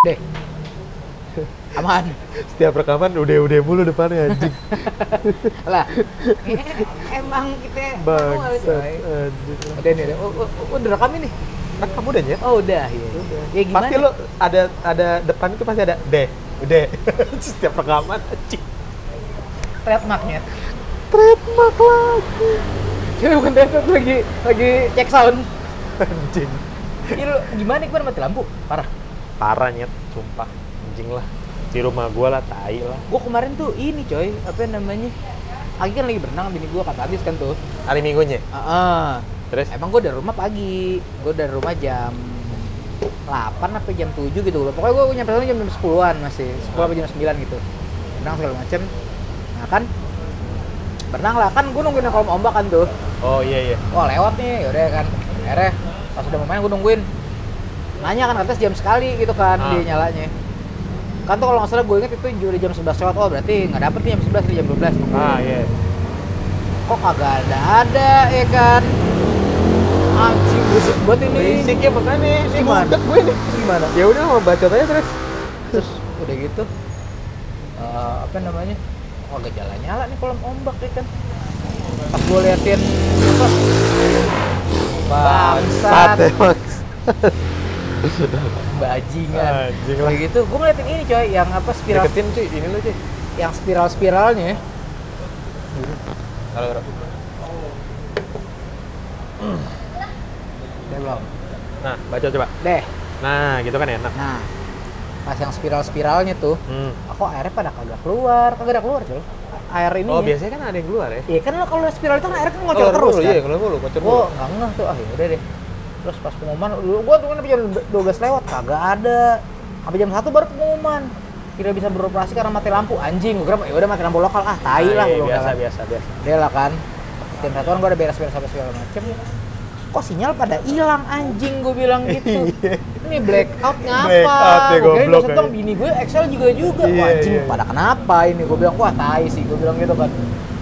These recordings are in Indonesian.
Deh. Aman. Setiap rekaman udah mulu depannya anjing. Lah. Emang kita Bangsat anjing. Udah nih, udah rekam ini. Rekam udah ya? Oh, udah ya. Udah. Ya gimana? Pasti lo ada depan itu pasti ada udah. Setiap rekaman anjing. Trademarknya. Trademark lagi. Cuma bukan trademark lagi cek sound. Anjing. Ini lo gimana kemarin mati lampu? Parah. Parah nyet, sumpah. Anjing lah. Di rumah gua lah, tai lah. Gua kemarin tuh ini coy, apa namanya? Lagi kan lagi berenang, bini gua kata habis kan tuh. Hari Minggunya. Terus? Emang gua dari rumah pagi. Gua dari rumah jam 8 apa jam 7 gitu. Pokoknya gua nyampe sana jam 10-an masih. 10 apa jam 9 gitu. Berenang segala macem. Nah kan berenang lah, kan gua nungguin kolam ombak kan tuh. Oh iya. Wah lewat nih, yaudah kan. Akhirnya pas udah mau main gua nungguin. Nanya kan atas jam sekali gitu kan dia nyalanya. Kan tuh kalau nggak salah gue inget itu udah jam 11 lewat, oh berarti nggak dapet nih jam 11, jam 12. Iya. Kok kagak ada ya kan? Anjing berisik banget ini. Berisik ya makanya, si Gimana? budek gue nih. Gimana? Ya udah mau bacot aja terus. Terus udah gitu, apa namanya? Oh agak nyala nih kolam ombak ya kan? Pas gue liatin apa? Bangsat. Emang. Bajingan. Anjing lah. Kayak gitu, gue ngeliatin ini coy, yang apa spiral, Deketin cuy, ini lo cuy. yang spiral-spiralnya. Halo. Udah belum? Nah, baca coba. Deh. Nah, gitu kan enak. Nah, pas yang spiral-spiralnya tuh, aku airnya pada kagak keluar coy. Air ini. Oh, biasanya kan ada yang keluar ya? Iya kan kalau spiral itu kan airnya kan ngocor terus kan. Iya, keluar mulu, kocor mulu. Gua nggak ngeh tuh, yaudah deh. Terus pas pengumuman, gua tuh kan jam 12 lewat, kagak ada. Sampai jam 1 baru pengumuman. Tidak bisa beroperasi karena mati lampu. Anjing, gua kira ya udah mati lampu lokal, tai lah gua biasa. Dia lah kan. Jam 1-an gua udah beres-beres apa segala macem. Kok sinyal pada hilang anjing, gue bilang gitu. Ini blackout ngapa? Blackout ya, Gue kira goblok setong ya. bini gue Excel juga. Wah anjing, pada kenapa ini? Gue bilang, wah tai sih, gue bilang gitu kan.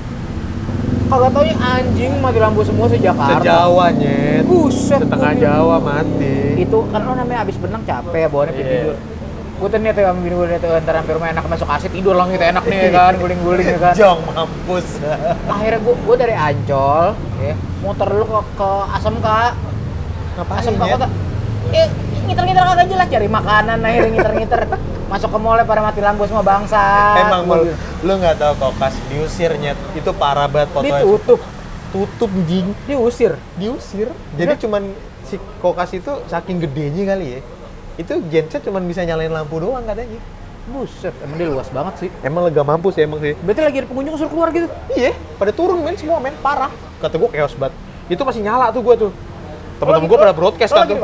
Kagak taunya anjing mati lampu semua se-Jakarta. Se-Jawa nyet. Buset. Setengah Jawa mati. Itu kan lo namanya abis berenang capek, bawaannya tidur. Gue tuh nih sama bini gue tuh ntar hampir rumah enak masuk AC tidur lang gitu enak nih kan, guling-guling ya kan. Jong mampus. Akhirnya gue dari Ancol, ya, muter dulu ke ASMK. Ngapain ASMK ya? kota. Ngiter-ngiter kagak jelas, cari makanan akhirnya ngiter-ngiter. Masuk ke mall pada mati lampu semua bangsa. Emang lu nggak tahu Kokas diusir nyet. Itu parah banget fotonya. Ditutup. Tutup jing. Diusir. Jadi cuman si Kokas itu saking gedenya kali ya. Itu genset cuma bisa nyalain lampu doang katanya. Buset, emang dia luas banget sih. Emang lega mampus ya emang sih. Berarti lagi ada pengunjung suruh keluar gitu? Iya, pada turun men semua men, parah. Kata gue chaos banget. Itu masih nyala tuh gue tuh. Temen-temen gue pada broadcast kan tuh.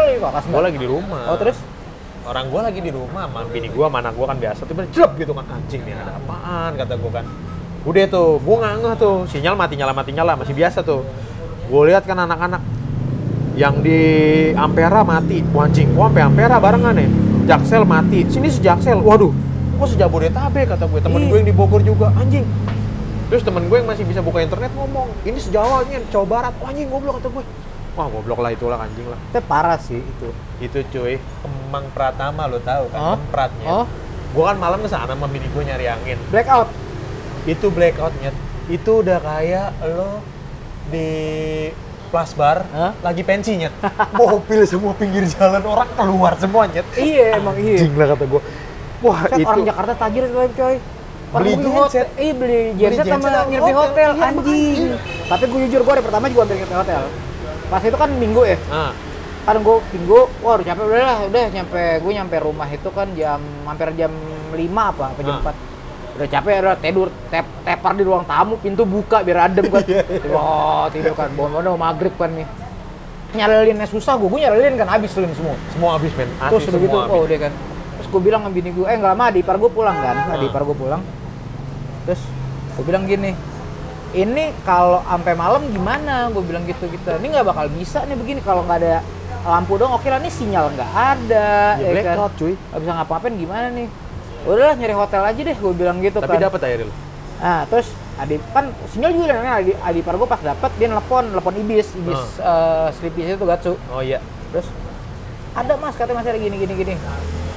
Gue lagi di rumah. Oh terus? Orang gue lagi di rumah, sama bini gue, sama anak gue kan biasa. Tiba-tiba jelek gitu kan, anjing nih ada apaan kata gue kan. Udah tuh, gue nggak ngeh tuh, sinyal mati nyala, masih biasa tuh. Gue lihat kan anak-anak yang di Ampera mati, anjing, gua sampai Ampera barengan nih. Jaksel mati, sini sejaksel, waduh, gua sejabodetabek kata gue, temen gue yang di Bogor juga, anjing. Terus temen gue yang masih bisa buka internet ngomong, ini sejauh nih, Jawa Barat, anjing goblok kata gue. Wah goblok lah itulah anjing lah. Itu parah sih itu. Itu cuy, Kemang Pratama lo tahu kan, Kempratnya. Gua kan malam kesana sama bini gue nyari angin. Blackout. Itu blackoutnya, itu udah kayak lo di Plus Bar, lagi pensinya, mobil semua pinggir jalan orang keluar semuanya. Iya emang iya. Anjing lah kata gue. Wah Set, itu. orang Jakarta tajir coy. Beli genset. Beli genset sama nginep di hotel, iya, anjing. Tapi gue jujur, gue hari pertama juga hampir nginep di hotel. Pas itu kan minggu ya. Kan gue minggu, wah udah capek udah nyampe rumah itu kan hampir jam 5 apa jam 4. Udah capek, udah tidur, tepar di ruang tamu, pintu buka biar adem kan. Wah, tidur kan, mau maghrib kan nih. Nyalainnya susah, gue nyalain kan habis semua. Semua habis men. Terus udah gitu, oh udah kan. Terus gue bilang sama bini gue, nggak lama adik ipar gue pulang kan. Adik ipar gue pulang. Terus gue bilang gini, ini kalau sampai malam gimana? Gue bilang gitu. Ini nggak bakal bisa nih begini kalau nggak ada lampu dong. Oke lah, nih sinyal nggak ada. Ya blackout kan? cuy. Nggak bisa ngapa-ngapain gimana nih? Udahlah nyari hotel aja deh, gue bilang gitu. Tapi kan. dapat akhirnya lo. Nah terus adik kan sinyal juga kan, adik ipar gue pas dapet dia nelpon Ibis Sleepy itu Gatsu. Oh iya. Terus ada mas, katanya masih ada gini.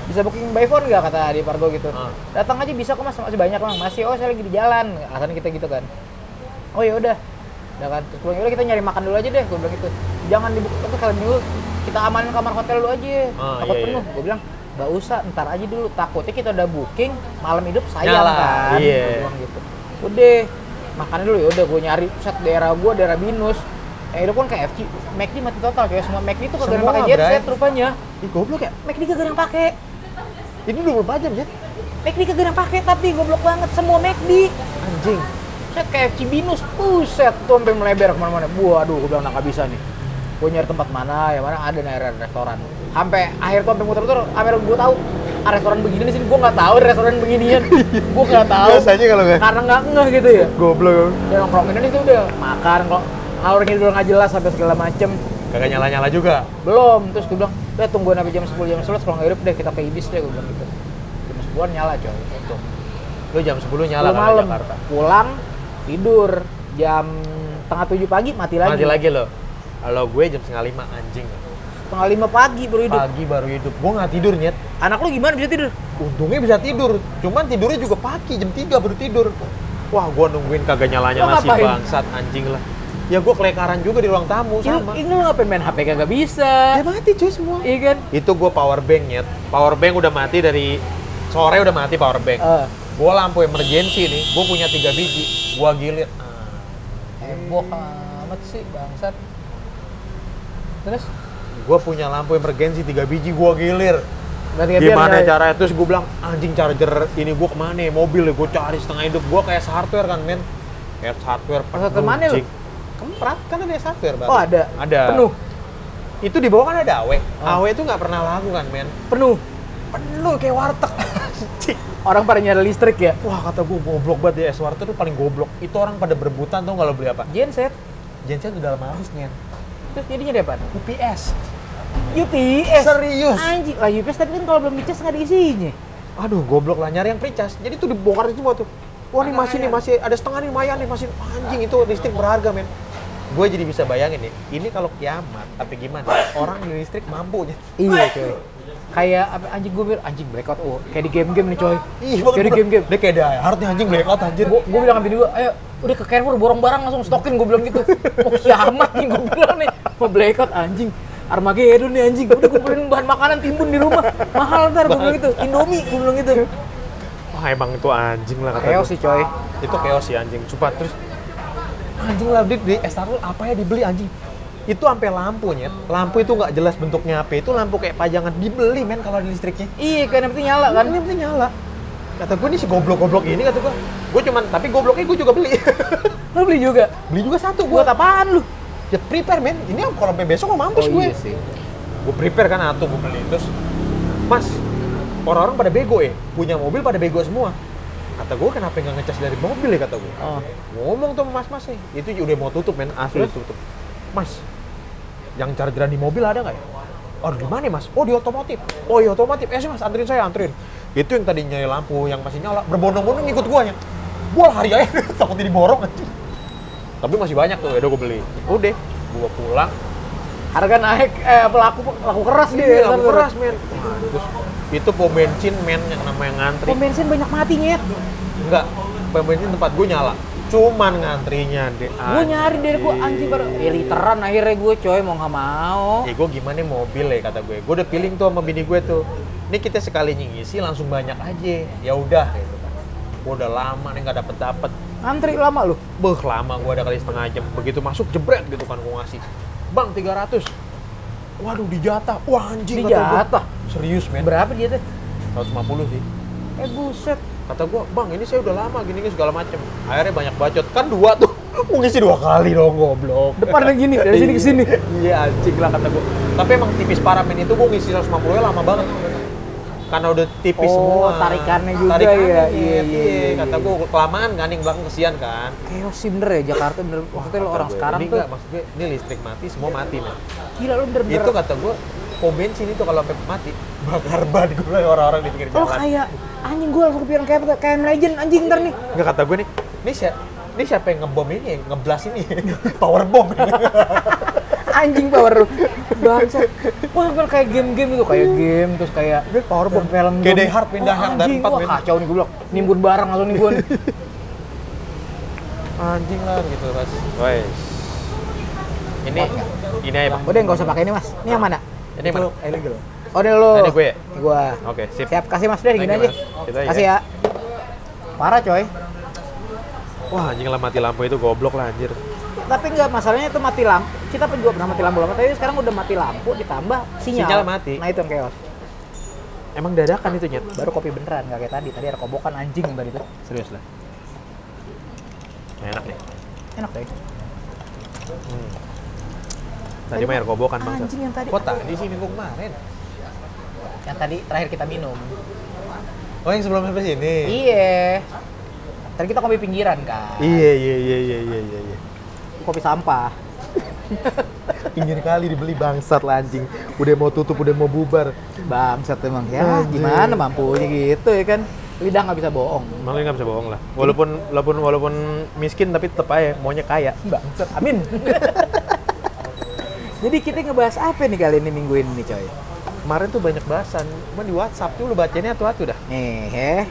bisa booking by phone nggak kata di Pargo gitu. Datang aja bisa kok mas, masih banyak bang, masih oh saya lagi di jalan, alasan kita gitu kan. Oh ya udah kan, terus bilang, yaudah kita nyari makan dulu aja deh, gue bilang gitu. Jangan dibuka, tapi kalian dulu kita amanin kamar hotel lu aja, takut penuh. Gue bilang nggak usah, ntar aja dulu, takutnya kita udah booking malam hidup sayang kan. Gue bilang gitu. Udah makannya dulu ya udah, gue nyari set daerah gue, daerah Binus. Itu kan KFC, McD mati total kayak semua McD tuh kagak ada pakai genset rupanya. Ih goblok ya. McD kagak ada yang pakai. Ini 24 jam ya. McD kagak ada yang pakai tapi goblok banget semua McD. Anjing. Set KFC Binus, set tuh sampai melebar kemana-mana. Waduh, gue bilang nggak bisa nih. Gue nyari tempat mana, ya mana ada daerah restoran. Sampai akhir tuh sampai muter-muter, akhirnya gue tahu restoran begini di sini. Gue nggak tahu restoran beginian. Gue nggak tahu. Biasanya kalau nggak. Karena nggak ngeh gitu ya. Goblok. Dan nongkrongin itu udah makan kok. Alurnya dulu nggak jelas sampai segala macem. Kagak nyala-nyala juga. Belum, terus gue bilang, udah tungguin sampai jam 10 jam 11 kalau nggak hidup deh kita ke Ibis deh, gue bilang gitu. Jam 10-an nyala coy. Untung. Lu jam 10 nyala kan malam. Jakarta. Pulang tidur jam setengah 7 pagi mati lagi. Mati lagi lo. Kalau gue jam setengah 5 anjing. Setengah 5 pagi baru hidup. Pagi baru hidup. Gue nggak tidur nyet. Anak lu gimana bisa tidur? Untungnya bisa tidur. Cuman tidurnya juga pagi jam 3 baru tidur. Wah gue nungguin kagak nyala-nyala si bangsat anjing lah. Ya gue kelekaran juga di ruang tamu sama. Ini lu ngapain main HP kagak bisa? Ya mati cuy semua. Iya kan? Itu gue power bank nyet. Power bank udah mati dari sore udah mati power bank. Gue lampu emergency nih. Gue punya 3 biji. Gue gilir. Heboh amat sih bangsat. Terus? Gue punya lampu emergency 3 biji. Gue gilir. Berarti Gimana caranya? Terus gue bilang anjing charger ini gue kemana? Mobil ya gue cari setengah hidup. Gue kayak hardware kan men. Kayak hardware. Hardware mana lu? Kemprat kan ada hardware baru. Oh ada? Ada. Penuh? Itu di bawah kan ada AW. AW itu nggak pernah laku kan men. Penuh? Penuh kayak warteg. Orang pada nyari listrik ya? Wah kata gue goblok banget ya, es warteg itu paling goblok. Itu orang pada berebutan tau kalau beli apa? Genset? Genset udah lama habis nih. Terus jadinya dia apa? UPS. UPS? Serius? Anjing, lah UPS tapi kan kalau belum dicas nggak diisinya. Aduh goblok lah, nyari yang pre-cas. Jadi tuh dibongkar semua tuh. Wah nih masih ada setengah nih lumayan nih masih. Anjing itu listrik berharga men. Gue jadi bisa bayangin nih, ini kalau kiamat tapi gimana? Orang beli listrik mampu ya. Iya coy. Kayak apa anjing gue bilang anjing blackout kayak di game-game nih coy. Iya, kayak di game-game. Dia kayak harusnya anjing blackout anjir. Gue bilang sama bini gue, ayo udah ke Carrefour borong barang langsung stokin, gue bilang gitu. Mau kiamat nih gue bilang nih, mau blackout anjing. Armageddon nih anjing. Udah kumpulin bahan makanan timbun di rumah. Mahal ntar gue bilang gitu. Indomie gue bilang gitu. Wah emang itu anjing lah kata chaos sih coy. Itu chaos sih anjing. Coba terus anjing lah di Estarul apa ya dibeli anjing. Itu sampai lampunya, lampu itu nggak jelas bentuknya apa, itu lampu kayak pajangan dibeli men kalau ada listriknya. Iya kan yang penting nyala kan? Yang penting nyala. Kata gue nih si goblok-goblok ini kata gue cuman tapi gobloknya gue juga beli. Lo beli juga? Beli juga satu gue. Buat apaan lu? Ya prepare men, ini kalau sampai besok mau mampus gue. Iya sih. Gue prepare kan atuh gue beli terus, mas orang-orang pada bego punya mobil pada bego semua. Kata gue kenapa nggak ngecas dari mobil ya kata gue. Ngomong tuh mas-mas nih, itu udah mau tutup men, asli tutup. Mas, yang chargeran di mobil ada nggak ya? Oh di mana mas? Oh di otomotif. Oh iya otomotif. Sih mas, anterin saya anterin. Itu yang tadi nyari lampu yang masih nyala, berbondong-bondong ikut gua nya. Gua hari aja takut diborong anjing. Tapi masih banyak tuh, udah gua beli. Udah, gua pulang. Harga naik, pelaku keras dia. Pelaku keras men. Terus itu pom bensin men yang namanya ngantri. Pom bensin banyak matinya. Enggak, pom bensin tempat gua nyala. Cuman ngantrinya deh. Gue nyari dari gue anjing baru literan akhirnya gue coy mau nggak mau. Gue gimana mobil ya kata gue. Gue udah feeling tuh sama bini gue tuh. Ini kita sekali ngisi langsung banyak aja. Ya udah gitu kan. Gue udah lama nih nggak dapet. Antri lama lu? Lama gue ada kali setengah jam. Begitu masuk jebret gitu kan gue ngasih. Bang 300. Waduh dijatah. Wah anjing. Dijatah? Serius men. Berapa dia tuh? 150 sih. Buset. Kata gue, bang ini saya udah lama gini segala macem. Akhirnya banyak bacot, kan 2 tuh. Mau ngisi 2 kali dong goblok. Depannya gini, dari sini ke sini. Iya anjing lah kata gue. Tapi emang tipis parah men itu gue ngisi 150 nya lama banget. Karena udah tipis semua. Tarikannya juga ya. Iya. Kata gue kelamaan kan yang belakang kesian kan. Chaos sih bener ya Jakarta bener. Maksudnya lo orang sekarang ini tuh. Enggak, maksud gue ini listrik mati semua mati men. Gila lo bener-bener. Itu kata gue pom bensin itu kalau sampai mati bakar ban gue orang-orang di pinggir jalan. Oh kayak anjing gue langsung kepikiran kayak Legend anjing ntar nih. Enggak kata gue nih. Ini siapa yang ngebom ini, ngeblas ini, power bomb. Anjing power bangsa. Wah, kan kayak game-game itu, kayak game terus kayak power bomb film kayak Die Hard pindah yang dari 4 wah, kacau nih gue bilang. Nimbun barang langsung nih gue. Anjing lah gitu, Mas. Wes. Ini aja, Bang. Udah enggak usah pakai ini, Mas. Ini yang mana? Ini mana? Illegal. Oh, ini lo. Ini gue ya? Gua. Oke, sip. Siap, kasih Mas deh, gini Thank you, aja. Mas. Gitu aja. Kasih ya. Parah, coy. Wah, anjing lah mati lampu itu goblok lah anjir. Tapi enggak, masalahnya itu mati lampu. Kita juga pernah mati lampu lama, tapi sekarang udah mati lampu ditambah sinyal. Sinyal mati. Nah, itu yang chaos. Emang dadakan itu, Nyet? Baru kopi beneran, nggak kayak tadi. Tadi ada kobokan anjing tadi tuh. Serius lah. Enak nih. Enak deh. Tadi mah air kobokan, Bang. Anjing yang tadi. Kok tadi sih minggu kemarin? Yang tadi terakhir kita minum. Oh, yang sebelum sampai sini? Iya. Tadi kita kopi pinggiran kan. Iya. Kopi sampah. Pinggir kali dibeli bangsat lah anjing. Udah mau tutup, udah mau bubar. Bangsat emang. Ya, gimana mampunya gitu ya kan. Lidah nggak bisa bohong. Makanya nggak bisa bohong lah. Walaupun miskin tapi tetap aja maunya kaya. Bangsat. Amin. Jadi kita ngebahas apa nih kali ini minggu ini nih, coy? Kemarin tuh banyak bahasan. Cuma di WhatsApp tuh lu bacanya atu-atu dah. Nih,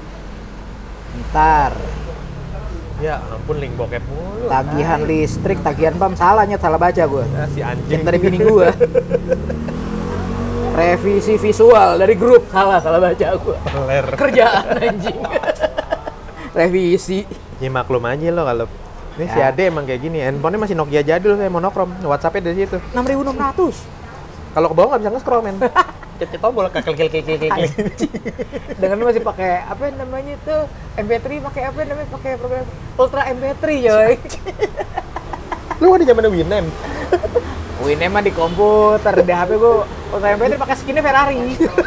Ntar. Ya ampun, link bokep mulu. Tagihan listrik, tagihan pam, salah baca gue. Ya, si anjing. Yang dari bini gue. Revisi visual dari grup, salah baca gue. Peler. Kerjaan anjing. Revisi. Ya maklum aja lo kalau ini si Ade emang kayak gini. Handphonenya masih Nokia jadul kayak monokrom. WhatsApp-nya dari situ. 6.600. Kalau ke bawah nggak bisa nge-scroll, men. Cet tombol klik. Dengan masih pakai apa namanya itu MP3, pakai apa namanya, pakai program Ultra MP3 coy. Lu ada zaman Winem. Winem mah di komputer, di HP gua Ultra MP3 pakai skinnya Ferrari.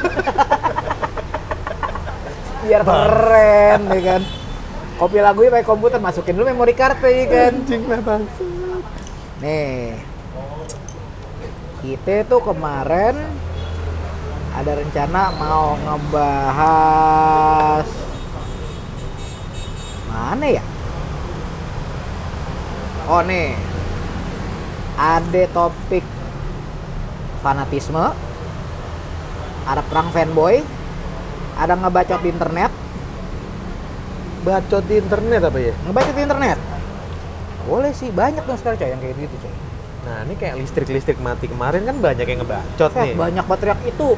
Biar keren ya kan. Kopi lagunya pakai komputer, masukin dulu memory card ya kan. Anjing lah bang. Nih. Kita tuh kemarin ada rencana mau ngebahas mana ya? Oh nih, ada topik fanatisme, ada perang fanboy, ada ngebacot di internet. Bacot di internet apa ya? Ngebacot di internet? Boleh sih, banyak dong sekarang coy yang kayak gitu coy. Nah ini kayak listrik mati kemarin kan banyak yang ngebacot nih. Banyak banget teriak itu.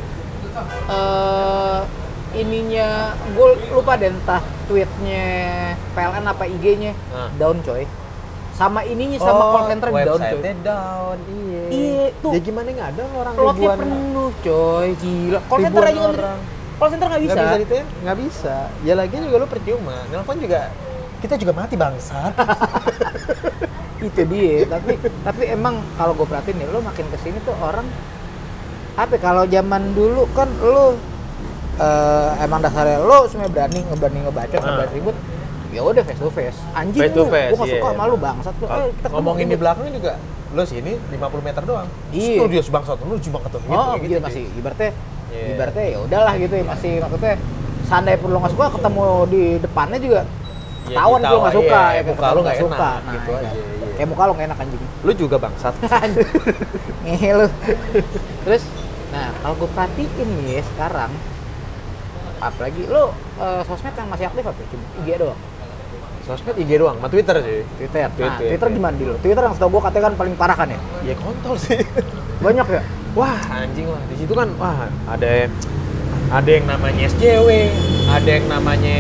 Ininya gue lupa deh, entah tweetnya PLN apa IG-nya down coy, sama ininya sama call center down coy. Website-nya down, iya tuh. Ya gimana nggak ada orang Slotnya ribuan penuh coy, gila. Call center aja call center nggak bisa. Nggak bisa. Ya lagi juga lu percuma. Nelpon juga kita juga mati bangsat. Itu dia. Tapi emang kalau gue perhatiin nih, lo makin kesini tuh orang apa? Kalau zaman dulu kan lo emang dasarnya lo semuanya berani ngebacot, berani ribut. Ya udah face to face. Anjing face to lu, face, gua nggak suka sama lu bangsat lu. Kita ngomongin di belakangnya juga, lo sini 50 meter doang. Iya. Studio sebangsat lu cuma ketemu gitu masih ibaratnya ya udahlah gitu ya, masih maksudnya seandainya perlu nggak suka ketemu di depannya juga ketahuan lu nggak suka ya, muka lu nggak suka nah, gitu aja. Kayak muka lu nggak enak anjing. Lu juga bangsat. Ngehe lu. Terus, nah kalau gue perhatiin nih sekarang, apalagi lu sosmed yang masih aktif apa? Cuma IG doang. Sosmed IG doang, sama Twitter sih. Twitter gimana di lu? Twitter yang setahu gue katanya kan paling parah kan ya? Ya kontol sih. Banyak ya? Wah anjing lah, di situ kan wah ada yang namanya SJW, ada yang namanya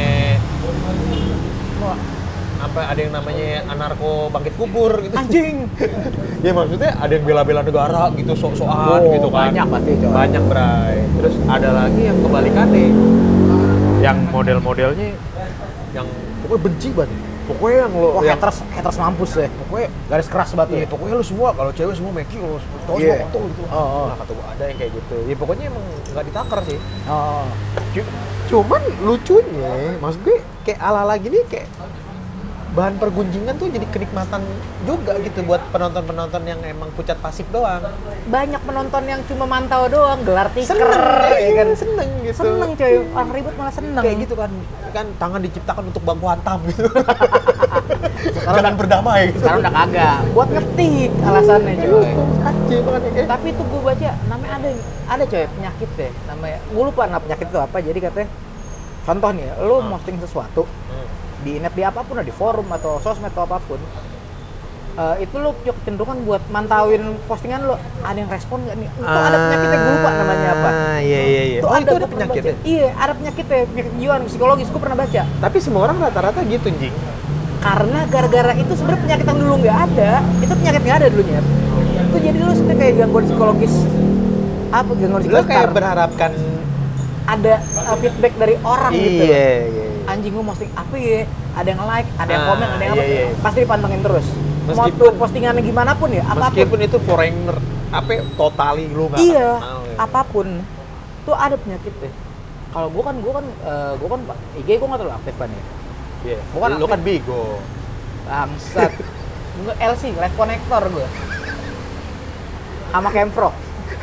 ada yang namanya anarko bangkit kubur gitu. Anjing. Ya maksudnya ada yang bela-bela negara gitu, sok-sokan gitu kan. Banyak pasti coy. Banyak bray. Terus ada lagi yang kebalikannya. Yang model-modelnya yang pokoknya benci banget. Pokoknya yang lo yang haters mampus ya. Pokoknya garis keras banget. Iya, pokoknya lu semua kalau cewek semua meki, kalau cowok semua kontol gitu. Nah, kata gua ada yang kayak gitu. Ya pokoknya emang enggak ditakar sih. Cuman lucunya, maksud gue kayak ala-ala gini kayak bahan pergunjingan tuh jadi kenikmatan juga gitu buat penonton-penonton yang emang pucat pasif doang. Banyak penonton yang cuma mantau doang, gelar tiker, Seneng, ya kan? seneng gitu. Seneng coy, orang ribut malah seneng. Kayak gitu kan tangan diciptakan untuk baku hantam gitu. Jangan berdamai gitu. Sekarang udah kagak, buat ngetik alasannya coy. Anjing banget ya. Tapi itu gue baca, namanya ada coy penyakit deh, namanya, gue lupa nama penyakit itu apa. Jadi katanya, contoh nih, lo posting sesuatu di net, di apapun lah, di forum atau sosmed atau apapun, itu lo punya kecenderungan buat mantauin postingan lo, ada yang respon nggak nih? Itu ada penyakitnya, gue lupa namanya apa. Iya. Itu Itu ada gua pernah penyakitnya. baca. Iya, ada penyakitnya, penyakit kejiwaan psikologis, gue pernah baca. Tapi semua orang rata-rata gitu, Jing. Karena gara-gara itu sebenarnya penyakit yang dulu nggak ada, itu penyakit nggak ada dulunya. Itu jadi lo sebenarnya kayak gangguan psikologis. Apa gangguan Lo psikologis? kayak berharapkan ada feedback dari orang gitu. Iya. Anjing gue posting apa ya? Ada yang like, ada yang komen, ada yang apa? Iya. Pasti dipantengin terus. Mau Meskipun- tuh postingannya gimana pun ya, apapun. Meskipun itu foreigner, totali lu nggak Iya, kenal ya. apapun. Tuh ada penyakit deh. Kalau gue kan IG gue nggak terlalu aktif kan ya. Iya. Bukan Lu aktif. kan bigo. Bangsat. Gue LC, live connector gue. Sama Kemfro.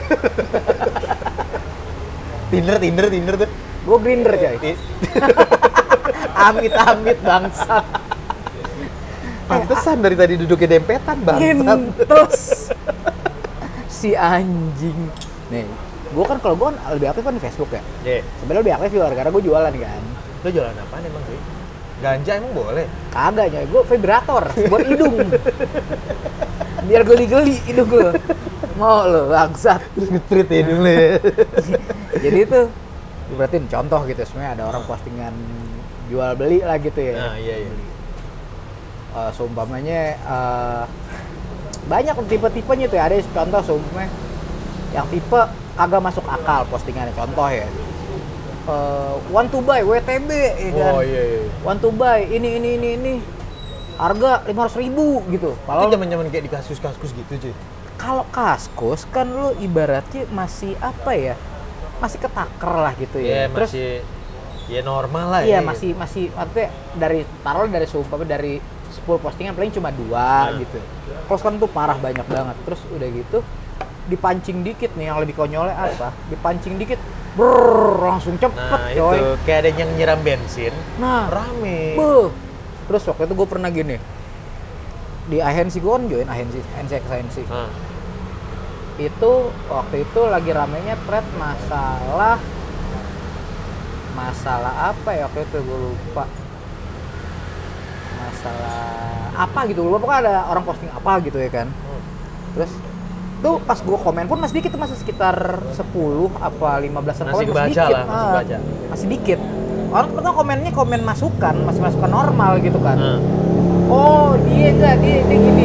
Tinder tuh. Gue grinder coy. Amit bangsat. Pantesan dari tadi duduknya dempetan bangsat. Terus si anjing. Nih, kalau gue kan lebih aktif kan di Facebook ya. Iya. Sebenarnya lebih aktif juga gara-gara gue jualan kan. Lu jualan apaan emang sih? Ganja emang boleh? Kagak nyoy, gue vibrator buat hidung. Biar geli-geli hidung lo. Mau lo bangsat. Terus nge-treat ya dulu ya. Jadi itu berarti contoh gitu, sebenarnya ada orang postingan jual beli lah gitu ya. Nah, iya. Seumpamanya banyak tipe-tipenya tuh ya. Ada contoh seumpamanya yang tipe kagak masuk akal postingannya, contoh ya. Want to buy WTB ya kan. Oh iya. Want to buy ini harga 500.000 gitu. Itu zaman-zaman kayak di kasus-kasus gitu cuy. Kalau kaskus kan lo ibaratnya masih apa ya? Masih ketaker lah gitu ya. Iya, masih ya normal lah Iya, ya. masih artinya dari seumpama dari 10 postingan paling cuma 2 gitu. Kalau sekarang tuh parah banyak banget. Terus udah gitu dipancing dikit nih, yang lebih konyolnya apa? Dipancing dikit, langsung cepet Nah, coy. itu kayak ada yang nyiram bensin. Nah, Rame. Terus waktu itu gue pernah gini. Di agensi gue kan join agensi. Itu waktu itu lagi ramenya thread masalah apa ya waktu itu gue lupa. Masalah apa gitu, lupa, pokoknya ada orang posting apa gitu ya kan. Terus tuh pas gue komen pun masih dikit, masih sekitar 10 apa 15-an Masih komen, kebaca masih dikit. lah, masih kebaca. Masih dikit. Orang pertama komennya komen masukan, masih masukan normal gitu kan. Oh dia gini,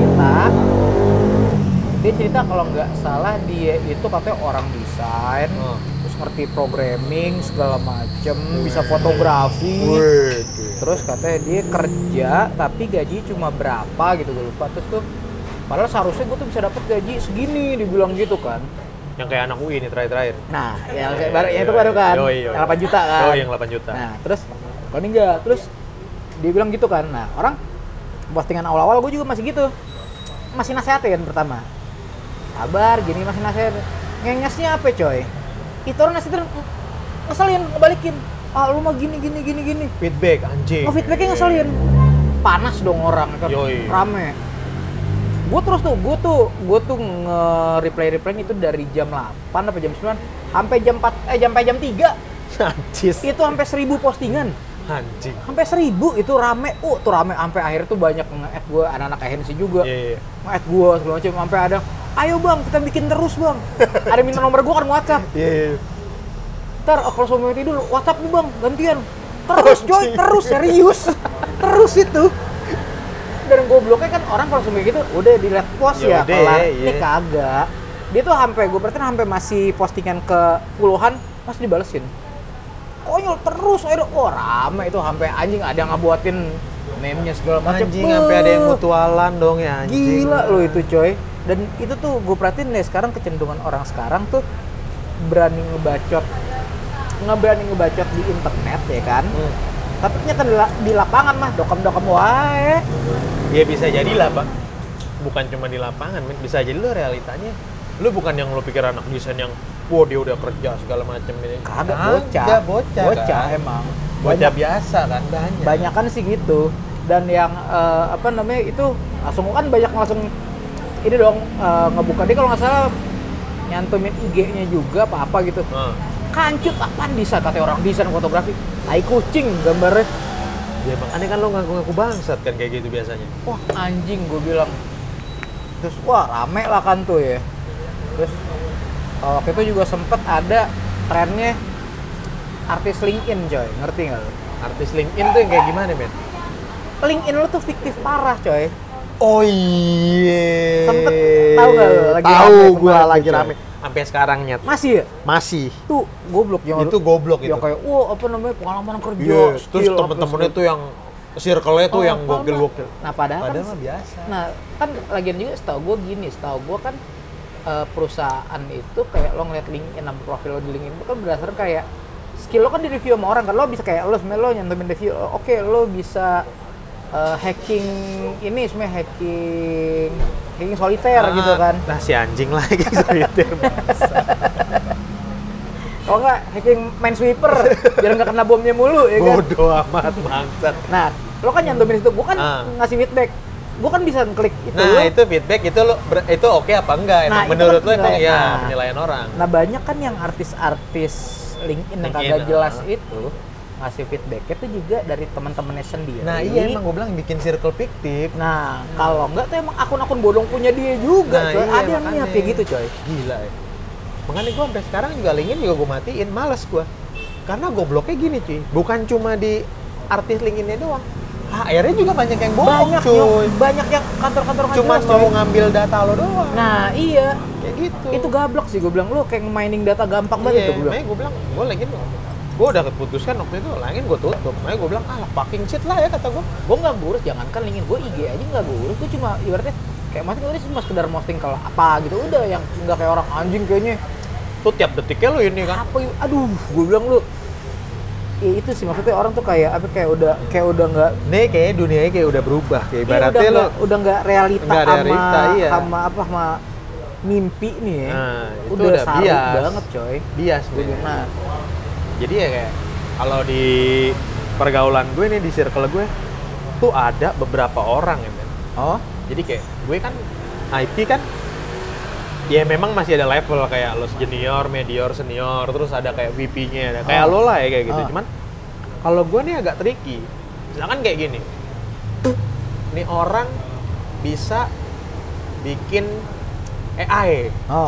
dia cerita kalau nggak salah dia itu katanya orang desain, terus ngerti programming segala macem, bisa fotografi. Terus katanya dia kerja tapi gaji cuma berapa gitu, gue lupa. Terus tuh padahal seharusnya gue tuh bisa dapet gaji segini, dibilang gitu kan. Yang kayak anak UI nih terakhir. Nah, yang itu baru kan, Yoi. yang 8 juta kan. Yang 8 juta. Nah, terus kalau ini enggak, terus dia bilang gitu kan. Nah, orang postingan awal-awal gue juga masih gitu. Masih nasehatin pertama. Sabar, gini masih nasehatin. Ngengesnya apa, coy? Itu orang nasehatin ngeselin, ngebalikin. Ah, lu mah gini. Feedback anjing. Feedbacknya ngeselin. Panas dong orang kan. Yoi. Rame. Gue tuh nge-reply itu dari jam 8 apa jam 9 sampai jam 4 sampai jam 3. Anjis. Itu sampai 1000 postingan. Anjing. Sampai 1000 itu rame. Tuh rame sampai akhirnya tuh banyak nge-add gue, anak-anak agensi juga. Iya. Nge-add gue segala macam sampai ada, "Ayo Bang, kita bikin terus, Bang." Ada minta nomor gue kan WhatsApp. Iya. Ntar kalau suami tidur, WhatsApp nih Bang, gantian. Terus coy, terus serius. Terus itu. Dan gobloknya kan orang kalau suami gitu udah di-let post ya kelar. Ini kagak. Dia tuh sampai gue perhatiin sampai masih postingan ke puluhan masih dibalesin. Konyol terus, akhirnya rame itu sampai anjing ada yang ngebuatin meme-nya segala macam. Anjing sampai ada yang mutualan dong ya anjing. Gila lo itu coy. Dan itu tuh gue perhatiin nih sekarang kecenderungan orang sekarang tuh berani ngebacot di internet ya kan. Tapi ternyata di lapangan mah dokem-dokem wae. Ya bisa jadilah, Bang. Bukan cuma di lapangan, men. Bisa jadi lu realitanya. Lu bukan yang lu pikir anak desain yang wah dia udah kerja segala macam ini. Kagak, bocah kan? emang. Bocah biasa kan banyak. Banyakan sih gitu. Dan yang apa namanya itu langsung kan banyak langsung ini dong ngebuka dia kalau nggak salah nyantumin IG-nya juga apa gitu. Kancut apaan desain kata orang desain fotografi. Tai kucing gambarnya. Ya makanya kan lo ngaku-ngaku bangsat kan kayak gitu biasanya. Wah anjing gue bilang. Terus wah rame lah kan tuh ya. Terus waktu itu juga sempet ada trennya artis LinkedIn coy, ngerti nggak lo? Artis LinkedIn tuh yang kayak gimana, men? LinkedIn lo tuh fiktif parah coy. Oh iya. Sempet tahu nggak lo? Tahu gue lagi rame. Sampai sekarang nyet. Masih ya? Masih. Tuh goblok yang itu goblok itu. Yang kayak apa namanya pengalaman kerja. Yes. Terus temen-temennya tuh yang circle-nya tuh yang gokil-gokil. Nah padahal kan mah biasa. Nah kan lagian juga setahu gue kan perusahaan itu kayak lo ngeliat LinkedIn, profil lo di LinkedIn itu kan berdasarkan kayak skill lo kan di review sama orang kan, lo bisa kayak lo sebenarnya lo nyantumin review, oke lo bisa hacking ini sebenarnya hacking soliter gitu kan. Nah si anjing lagi soliter. Kalau nggak hacking minesweeper biar nggak kena bomnya mulu ya kan. Bodoh amat bangsat. Nah lo kan nyantumin itu, gue kan ngasih feedback. Gue kan bisa klik itu. Nah, itu feedback itu oke apa enggak? Emang menurut lo emang ya penilaian orang. Nah, banyak kan yang artis-artis LinkedIn yang kagak jelas itu ngasih feedback itu juga dari teman-temannya sendiri. Nah, iya emang gue bilang bikin circle fiktif. Nah, kalau enggak tuh emang akun-akun bodong punya dia juga, coy. Iya, ada yang niat kayak gitu, coy. Gila ya. Makanya gue sampai sekarang juga LinkedIn juga gue matiin, males gue. Karena gobloknya gini, cuy. Bukan cuma di artis LinkedIn-nya doang. Akhirnya juga banyak yang bohong, cuy. Banyak yang kantor-kantor nggak cuma jelas, mau ngambil data lo doang. Nah, iya. Kayak gitu. Itu gablok sih, gue bilang. Lo kayak mining data gampang banget itu, gue bilang. Gue bilang, gue udah keputuskan waktu itu, LinkedIn gue tutup. Makanya gue bilang, fucking shit lah ya kata gue. Gue nggak ngurus, jangankan LinkedIn, gue IG aja nggak ngurus. Gue cuma ibaratnya kayak masih cuma sekedar posting kalau apa gitu udah, yang nggak kayak orang anjing kayaknya. Tuh tiap detiknya lo ini kan. Apa? Aduh, gue bilang lu. Ya itu sih maksudnya orang tuh kayak udah nggak. Nih kayak dunianya kayak udah berubah, kayak ibaratnya lo udah nggak realita iya. sama mimpi nih ya. Nah, itu udah sarut bias banget coy. Bias. Nah, jadi ya kayak kalau di pergaulan gue nih, di circle gue tuh ada beberapa orang ya, men. Oh, jadi kayak gue kan IT kan ya memang masih ada level kayak lo junior, medior, senior, terus ada kayak VP-nya, ada kayak lo lah ya kayak gitu. Cuman kalau gue nih agak tricky. Misalkan kayak gini. Nih orang bisa bikin AI.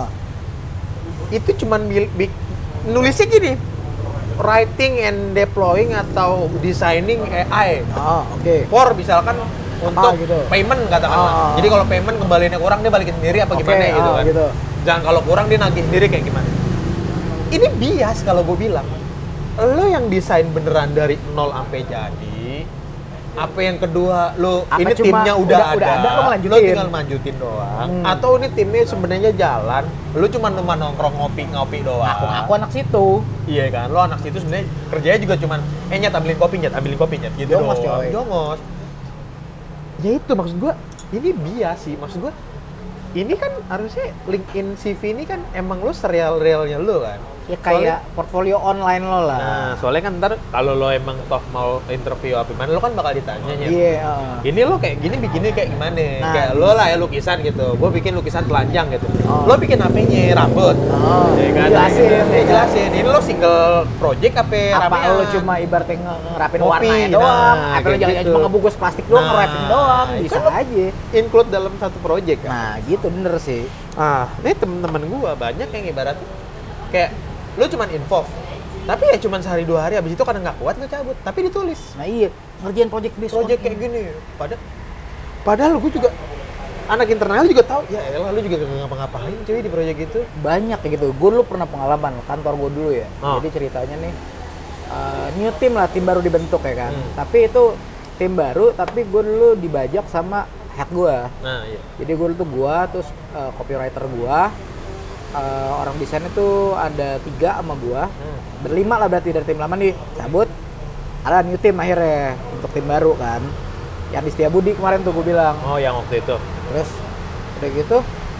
Itu cuman nulisnya gini. Writing and deploying atau designing AI. Oke. For misalkan untuk gitu. payment katakanlah. Jadi kalau payment kembaliinnya kurang dia balikin sendiri apa gimana gitu kan. Gitu. Jangan kalau kurang dia nagih sendiri kayak gimana. Ini bias kalau gue bilang. Lo yang desain beneran dari nol sampai jadi. Apa yang kedua lo ini timnya udah ada lo tinggal lanjutin doang. Atau ini timnya sebenarnya jalan, lo cuma nongkrong ngopi doang. Aku anak situ. Iya kan, lo anak situ sebenarnya kerjanya juga cuman nyet ambilin kopi nyet gitu. Jongos coy. Jongos. Ya itu maksud gua, ini bias sih maksud gua. Ini kan harusnya LinkedIn CV ini kan emang lo serial-realnya lo kan. Ya kayak portfolio online lo lah. Nah, soalnya kan ntar kalau lo emang toh mau interview apa gimana, lo kan bakal ditanya. Ini lo kayak gini bikinnya kayak gimana? Nah, kayak lo lah ya lukisan gitu. Gue bikin lukisan telanjang gitu. Lo bikin apanya? Rambut. Ya kan? Jelasin. Ini lo single project apa ramean? Lo cuma ibaratnya ngerapin warnanya doang. Atau lo jangan cuma ngebungkus plastik doang, ngerapin doang. Bisa aja. Include dalam satu project kan? Nah, gitu bener sih. Ini temen-temen gue banyak yang ibaratnya kayak lu cuman info, tapi ya cuman sehari 2 hari, abis itu kadang nggak kuat nggak cabut, tapi ditulis. Nah iya, ngerjain project kayak gini. Padahal gue juga anak internal juga tahu, ya elah lu juga nggak ngapa-ngapain cuy di project itu. Banyak kayak gitu. Gue dulu pernah pengalaman kantor gue dulu ya. Jadi ceritanya nih new team lah, tim baru dibentuk ya kan. Tapi itu tim baru, tapi gue dulu dibajak sama head gue. Nah iya. Jadi gue dulu tuh terus copywriter gue. Orang desain itu ada 3 sama gua, berlima lah berarti dari tim lama nih cabut, ada new team akhirnya untuk tim baru kan. Yang di Setiabudi kemarin tuh gue bilang. Oh, yang waktu itu. Terus udah gitu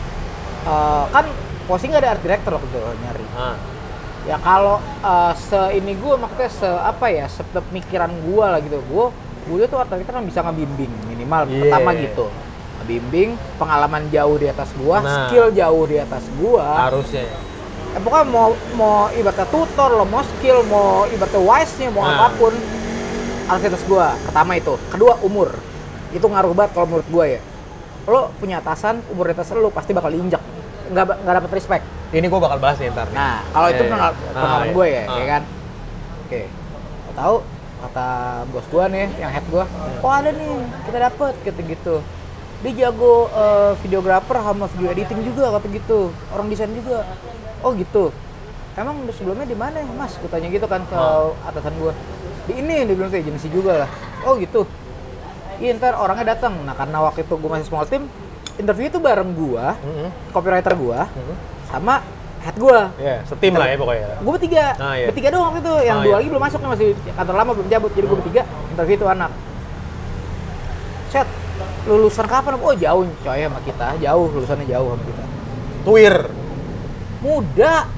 kan posting nggak ada art director waktu itu nyari. Ya kalau ini gue maksudnya sepemikiran gue lah gitu. Gue tuh art director kan bisa ngebimbing minimal pertama gitu. Ngebimbing, pengalaman jauh di atas gue, skill jauh di atas gue. Harusnya. Pokoknya mau ibaratnya tutor lo, mau skill, mau ibaratnya wise-nya, mau apapun harus di atas gue. Pertama itu. Kedua umur. Itu ngaruh banget kalau menurut gue ya. Lo punya atasan, umur di atas lo pasti bakal diinjak. Nggak dapet respect. Ini gue bakal bahas nih ntar. Nah, kalau itu pengalaman gue ya kan. Oke. Lo tahu kata bos gue nih, yang head gue, oh ada nih, kita dapet gitu-gitu. Dia jago videographer sama video editing juga kata gitu. Orang desain juga. Oh gitu. Emang sebelumnya di mana, Mas? Gue tanya gitu kan ke atasan gue. Di ini dia bilang tuh agensi juga lah. Oh gitu. Iya ntar orangnya datang. Nah karena waktu itu gue masih small team, interview itu bareng gue, copywriter gue, sama head gue. Iya, setim lah ya pokoknya. Gue bertiga, bertiga doang waktu itu. Yang dua lagi belum masuk nih, masih kantor lama belum cabut. Jadi gue bertiga interview itu anak. Set, lulusan kapan? Oh jauh coy sama kita, jauh lulusannya jauh sama kita. Tuir. Muda.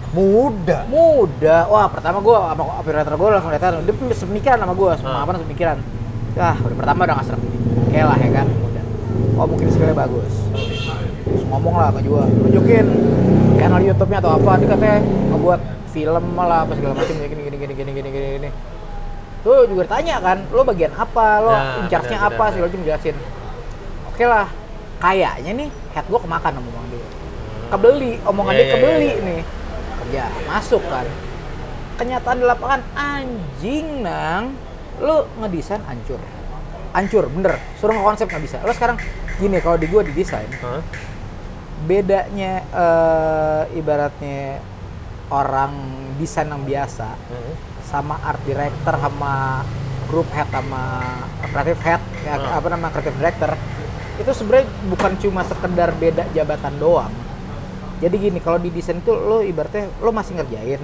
Wah pertama gue sama operator gue langsung lihat, dia sepemikiran sama gue, apa sepemikiran. Wah udah pertama udah nggak serem. Oke lah ya kan, muda. Oh mungkin skillnya bagus. Terus ngomong lah sama gue, tunjukin channel YouTube-nya atau apa, dia katanya ngebuat film lah apa segala macam gini. Tuh juga ditanya kan, lo bagian apa, lo in charge-nya apa, segala macam jelasin. Oke lah, kayaknya nih head gue kemakan omongan dia. Kebeli, omongan dia kebeli nih. Kerja, masuk kan. Kenyataan di lapangan, anjing nang, lo ngedesain hancur, bener. Suruh nge-konsep nggak bisa. Lo sekarang gini, kalau di gue di desain, bedanya ibaratnya orang desain yang biasa sama art director sama group head sama creative head, creative director, itu sebenarnya bukan cuma sekedar beda jabatan doang. Jadi gini, kalau di desain itu lo ibaratnya lo masih ngerjain.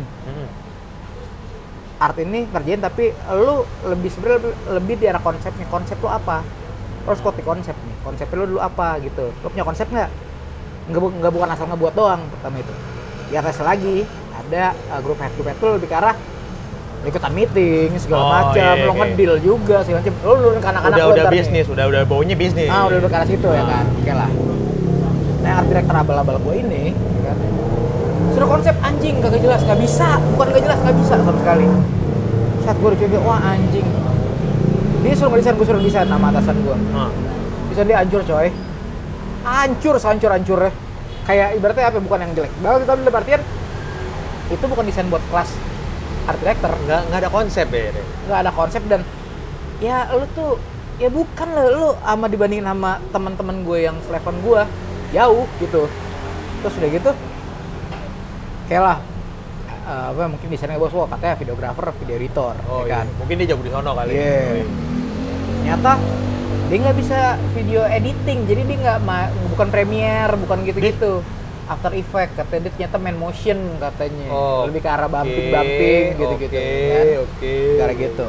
Art ini ngerjain tapi lo lebih di arah konsepnya. Konsep lo apa? Lo harus kopi konsep nih. Konsep lo dulu apa gitu. Lo punya konsep nggak? Nggak bukan asal ngebuat doang pertama itu. Di atas lagi ada grup head tuh lebih ke arah ikutan meeting segala macam, lo ngedeal juga segala macam. Lo ke anak-anak udah bisnis, udah baunya bisnis. Udah ke arah situ ya kan. Oke lah. Nah, art director abal-abal gue ini kan, suruh konsep anjing, kagak jelas, nggak bisa, bukan nggak jelas, nggak bisa sama sekali. Saat gue coba, wah anjing, dia suruh ngedesain, gue suruh desain sama atasan gue. Desain dia hancur coy, hancur sehancur-hancurnya. Kayak ibaratnya apa, bukan yang jelek banget, tapi dalam artian itu bukan desain buat kelas art director. Nggak ada konsep ya? Nggak ada konsep, dan ya lu tuh, ya bukan lah, lu sama dibandingin sama teman-teman gue yang selevel gue, jauh gitu. Terus udah gitu kayak lah mungkin desainnya bos, katanya videographer, video editor ya kan. Mungkin dia jago di sono kali. Ternyata dia nggak bisa video editing, jadi dia nggak bukan Premiere, bukan gitu-gitu. After Effect katanya, dia ternyata main motion katanya. Lebih ke arah bumping gitu-gitu kan. Gara gitu.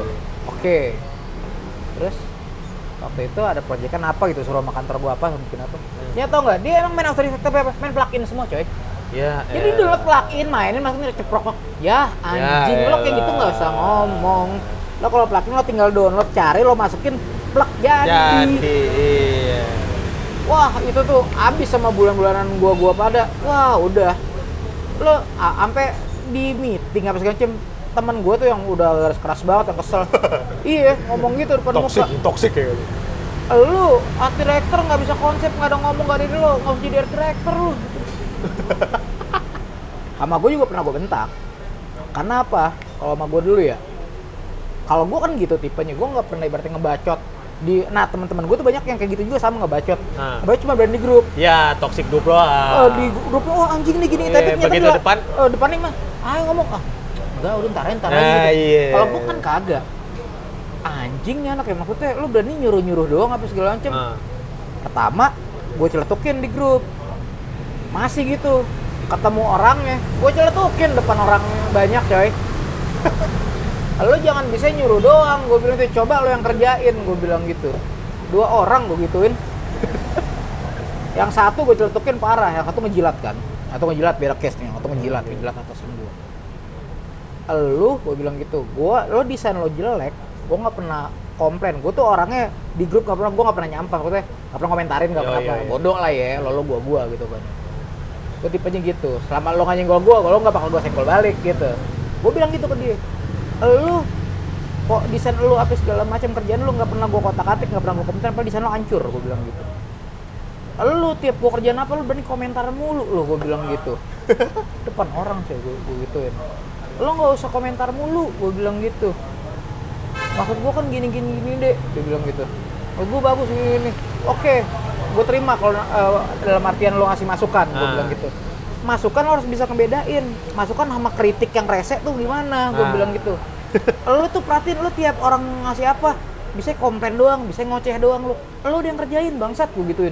Terus waktu itu ada proyekan apa gitu, suruh sama kantor gua apa, bikin apa. Ya tau nggak, dia emang main After Effects tapi apa? Main plugin semua coy. Jadi dulu plugin mainin, maksudnya ceprok. Ya anjing, lo kayak gitu nggak usah ngomong. Lo kalau plugin lo tinggal download, cari, lo masukin, plug jadi. Wah itu tuh abis sama bulan-bulanan gua pada. Wah udah, lo sampai di meeting apa segala macam, teman gue tuh yang udah garis keras banget, yang kesel. Iya, ngomong gitu depan muka. Toxic ya. Lu art director nggak bisa konsep, nggak ada ngomong, nggak ada ini, lo nggak usah jadi art director lu. Sama gue juga pernah gue bentak. Karena apa? Kalau sama gue dulu ya, kalau gue kan gitu tipenya, gue nggak pernah ibaratnya ngebacot. Nah teman-teman gue tuh banyak yang kayak gitu juga, sama ngebacot. Ngebacot cuma berani di grup. Ya, toxic grup lo. Di grupnya, oh anjing nih gini, tapi begitu depan. Depan nih mah, ayo ngomong, enggak, udah ntarin gitu. Kalau gue kan kagak. Anjing nih anak, ya maksudnya lu berani nyuruh-nyuruh doang apa segala macam. Pertama, gue celetukin di grup. Masih gitu. Ketemu orangnya, gue celetukin depan orang banyak coy. Lo jangan bisa nyuruh doang, gue bilang tuh, coba lo yang kerjain, gue bilang gitu. 2 orang gue gituin. Yang satu gue celetukin parah, yang satu ngejilat kan. Atau ngejilat beda case nih, atau ngejilat atasan gue. Lo, gue bilang gitu, lo desain lo jelek, gue nggak pernah komplain. Gue tuh orangnya di grup gue nggak pernah nyampah, gue nggak pernah komentarin, nggak pernah apa. Bodoh lah ya, lo gua gitu kan. Gue tipenya gitu, selama lo nggak nyenggol gue, lo nggak bakal gue senggol balik gitu. Gue bilang gitu ke dia. Lu kok desain lu apa segala macam kerjaan lu nggak pernah gua kotak-atik, nggak pernah gua komentar, apa desain lu hancur, gua bilang gitu. Lu tiap gua kerjaan apa lu berani komentar mulu lu, gua bilang gitu. Depan orang sih gua gituin. Lu nggak usah komentar mulu, gua bilang gitu. Maksud gua kan gini deh, dia bilang gitu. Oh, gua bagus ini. Oke, gua terima kalau dalam artian lu ngasih masukan, gua bilang gitu. Masukan lo harus bisa ngebedain. Masukan sama kritik yang rese tuh gimana? Gue bilang gitu. Lo tuh perhatiin, lo tiap orang ngasih apa, bisa komplain doang, bisa ngoceh doang lo. Lo yang kerjain bangsat, gue gituin.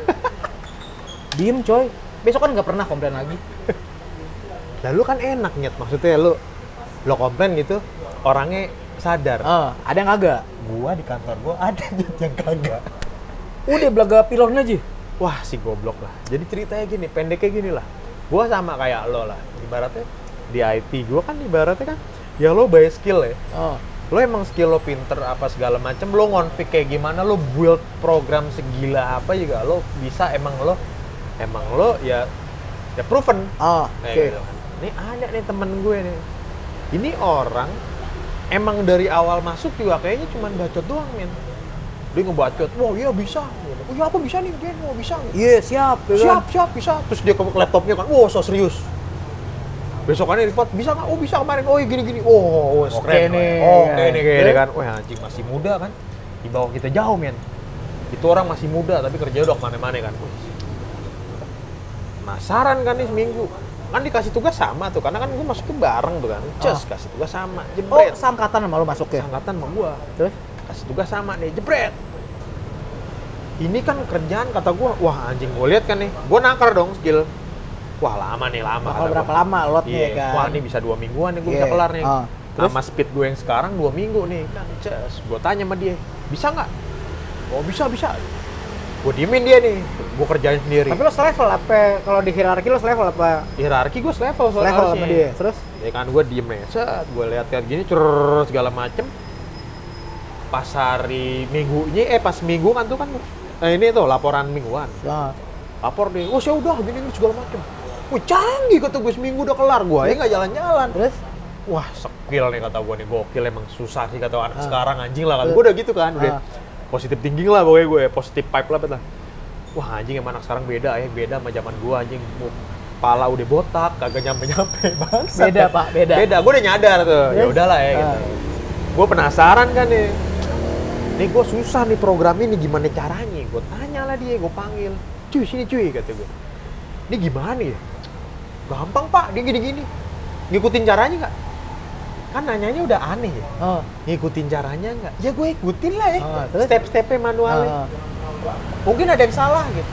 Diem coy. Besok kan nggak pernah komplain lagi. Lalu kan enak Nyet, maksudnya lo komplain gitu, orangnya sadar. Ada yang kagak? Gua di kantor gua ada Nyet yang kagak. Udah belaga pilon aja. Wah si goblok lah. Jadi ceritanya gini, pendeknya gini lah. Gua sama kayak lo lah, ibaratnya di IT gua kan ibaratnya kan ya lo by skill ya. Lo emang skill lo pinter apa segala macem, lo ngonfig kayak gimana, lo build program segila apa juga lo bisa, emang lo ya proven. Oke. Gitu kan. Nih ada nih temen gue nih, ini orang emang dari awal masuk juga kayaknya cuma bacot doang men. Dia ngebacot, wah iya bisa, oh iya apa bisa nih, dia mau bisa. Iya siap Bisa. Terus dia ke laptopnya kan, wow so serius. Besokannya report, bisa nggak? Oh bisa kemarin, oh gini, oh oke keren nih, kayaknya kan. Wah anjing masih muda kan, di bawah kita jauh men. Itu orang masih muda tapi kerja udah kemana-mana kan. Penasaran kan nih seminggu, kan dikasih tugas sama tuh, karena kan gue masuknya bareng tuh kan, kasih tugas sama, jebret. Sangkatan sama lo masuknya? Sangkatan sama gua. Terus? Kasih tugas sama nih, jebret. Ini kan kerjaan kata gua, wah anjing gue lihat kan nih, gua nakar dong skill. Wah lama bakal berapa lama lotnya kan? Wah ini bisa 2 mingguan nih gue bisa kelar nih. Sama speed gue yang sekarang 2 minggu nih kan. Gue tanya sama dia, bisa nggak? Oh bisa. Gue diemin dia nih, gue kerjain sendiri. Tapi lo selevel apa? Kalau di hierarki lo selevel apa? Hierarki gue selevel soalnya. Level sama dia, terus? Ya kan gue diem aja, gue lihat kayak gini, segala macem. Pas hari minggunya, pas minggu kan tuh kan, ini tuh laporan mingguan. Lapor deh, oh saya udah gini segala macem. Wah canggih kata gue, seminggu udah kelar, gue ya nggak jalan-jalan. Terus? Wah skill nih kata gue nih, gokil emang susah sih kata anak sekarang anjing lah. Gue udah gitu kan, udah positif thinking lah pokoknya gue, positif pipe lah. Wah anjing emang anak sekarang beda sama zaman gue anjing. Kepala udah botak, kagak nyampe bangsa. Beda pak, beda. Gue udah nyadar tuh, ya udahlah ya gitu. Gue penasaran kan nih. Nih gue susah nih program ini gimana caranya? Gue tanya lah dia, gue panggil. Cuy sini cuy kata gue. Ini gimana ya? Gampang pak, dia gini-gini. Ngikutin caranya nggak? Kan nanyanya udah aneh ya. Ngikutin caranya nggak? Ya gue ikutin lah ya. Step-stepnya manualnya. Mungkin ada yang salah gitu.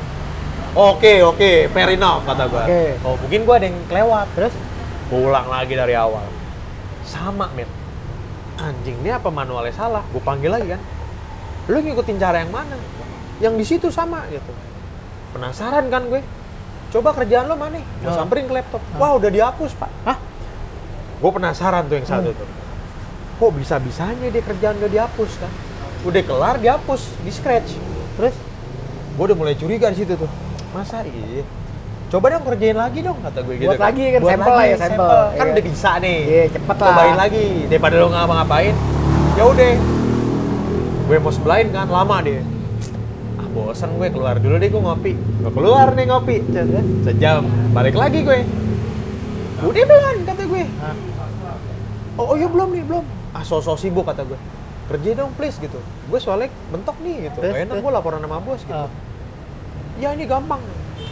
Oke, fair enough kata gue. Oh mungkin gue ada yang kelewat. Terus? Gue ulang lagi dari awal. Sama men. Anjing ini apa manualnya salah? Gue panggil lagi kan. Lu ngikutin cara yang mana? Yang di situ sama gitu. Penasaran kan gue. Coba kerjaan lo mana? Gue samperin ke laptop. Wah udah dihapus pak. Hah? Gue penasaran tuh yang satu tuh. Kok bisa-bisanya dia kerjaan udah dihapus kan? Udah kelar dihapus, di scratch. Terus? Gue udah mulai curiga di situ tuh. Masa iya? Coba dong kerjain lagi dong kata gue gitu. Buat lagi kan, sampel lah ya sampel. Kan udah bisa nih. Iya cepet lah. Cobain lagi daripada lo ngapa-ngapain. Ya udah. Gue mau sebelain kan lama deh. Bosan gue, keluar dulu deh gue ngopi. Gue keluar nih ngopi, sejam, balik lagi gue. Udah belum kata gue. Oh iya belum. So sibuk kata gue. Kerja dong please gitu. Gue soalnya bentok nih gitu. Gak enak gue laporan sama bos gitu. Ya ini gampang.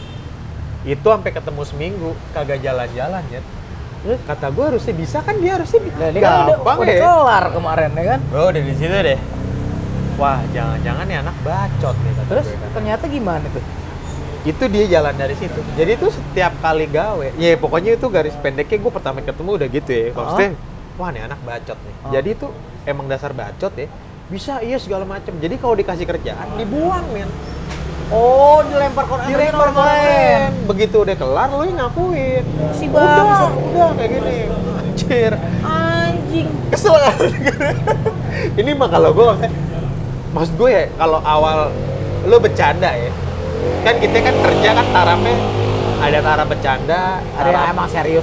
Itu sampai ketemu seminggu kagak jalan-jalan ya. Kata gue harusnya bisa kan, dia harusnya bisa. Nah, dia kan udah kelar kemarin ya kan. Gue udah di situ deh. Wah, jangan-jangan nih anak bacot nih kata Terus gue, kan. ternyata gimana tuh? Itu dia jalan dari situ. Jadi itu setiap kali gawe, ya pokoknya itu garis pendeknya gue pertama ketemu udah gitu ya. Maksudnya wah nih anak bacot nih. Jadi tuh emang dasar bacot ya. Bisa iya segala macem. Jadi kalau dikasih kerjaan dibuang men. Oh, dilempar ke orang lain. Begitu udah kelar lu yang ngakuin. Si bang. Udah kayak gini. Anjir. Anjing. Kesel kan? Ini mah kalau gue, maksud gue ya kalau awal lu bercanda ya. Kan kita kan kerja kan tarafnya ada taraf bercanda, Ada yang emang serius,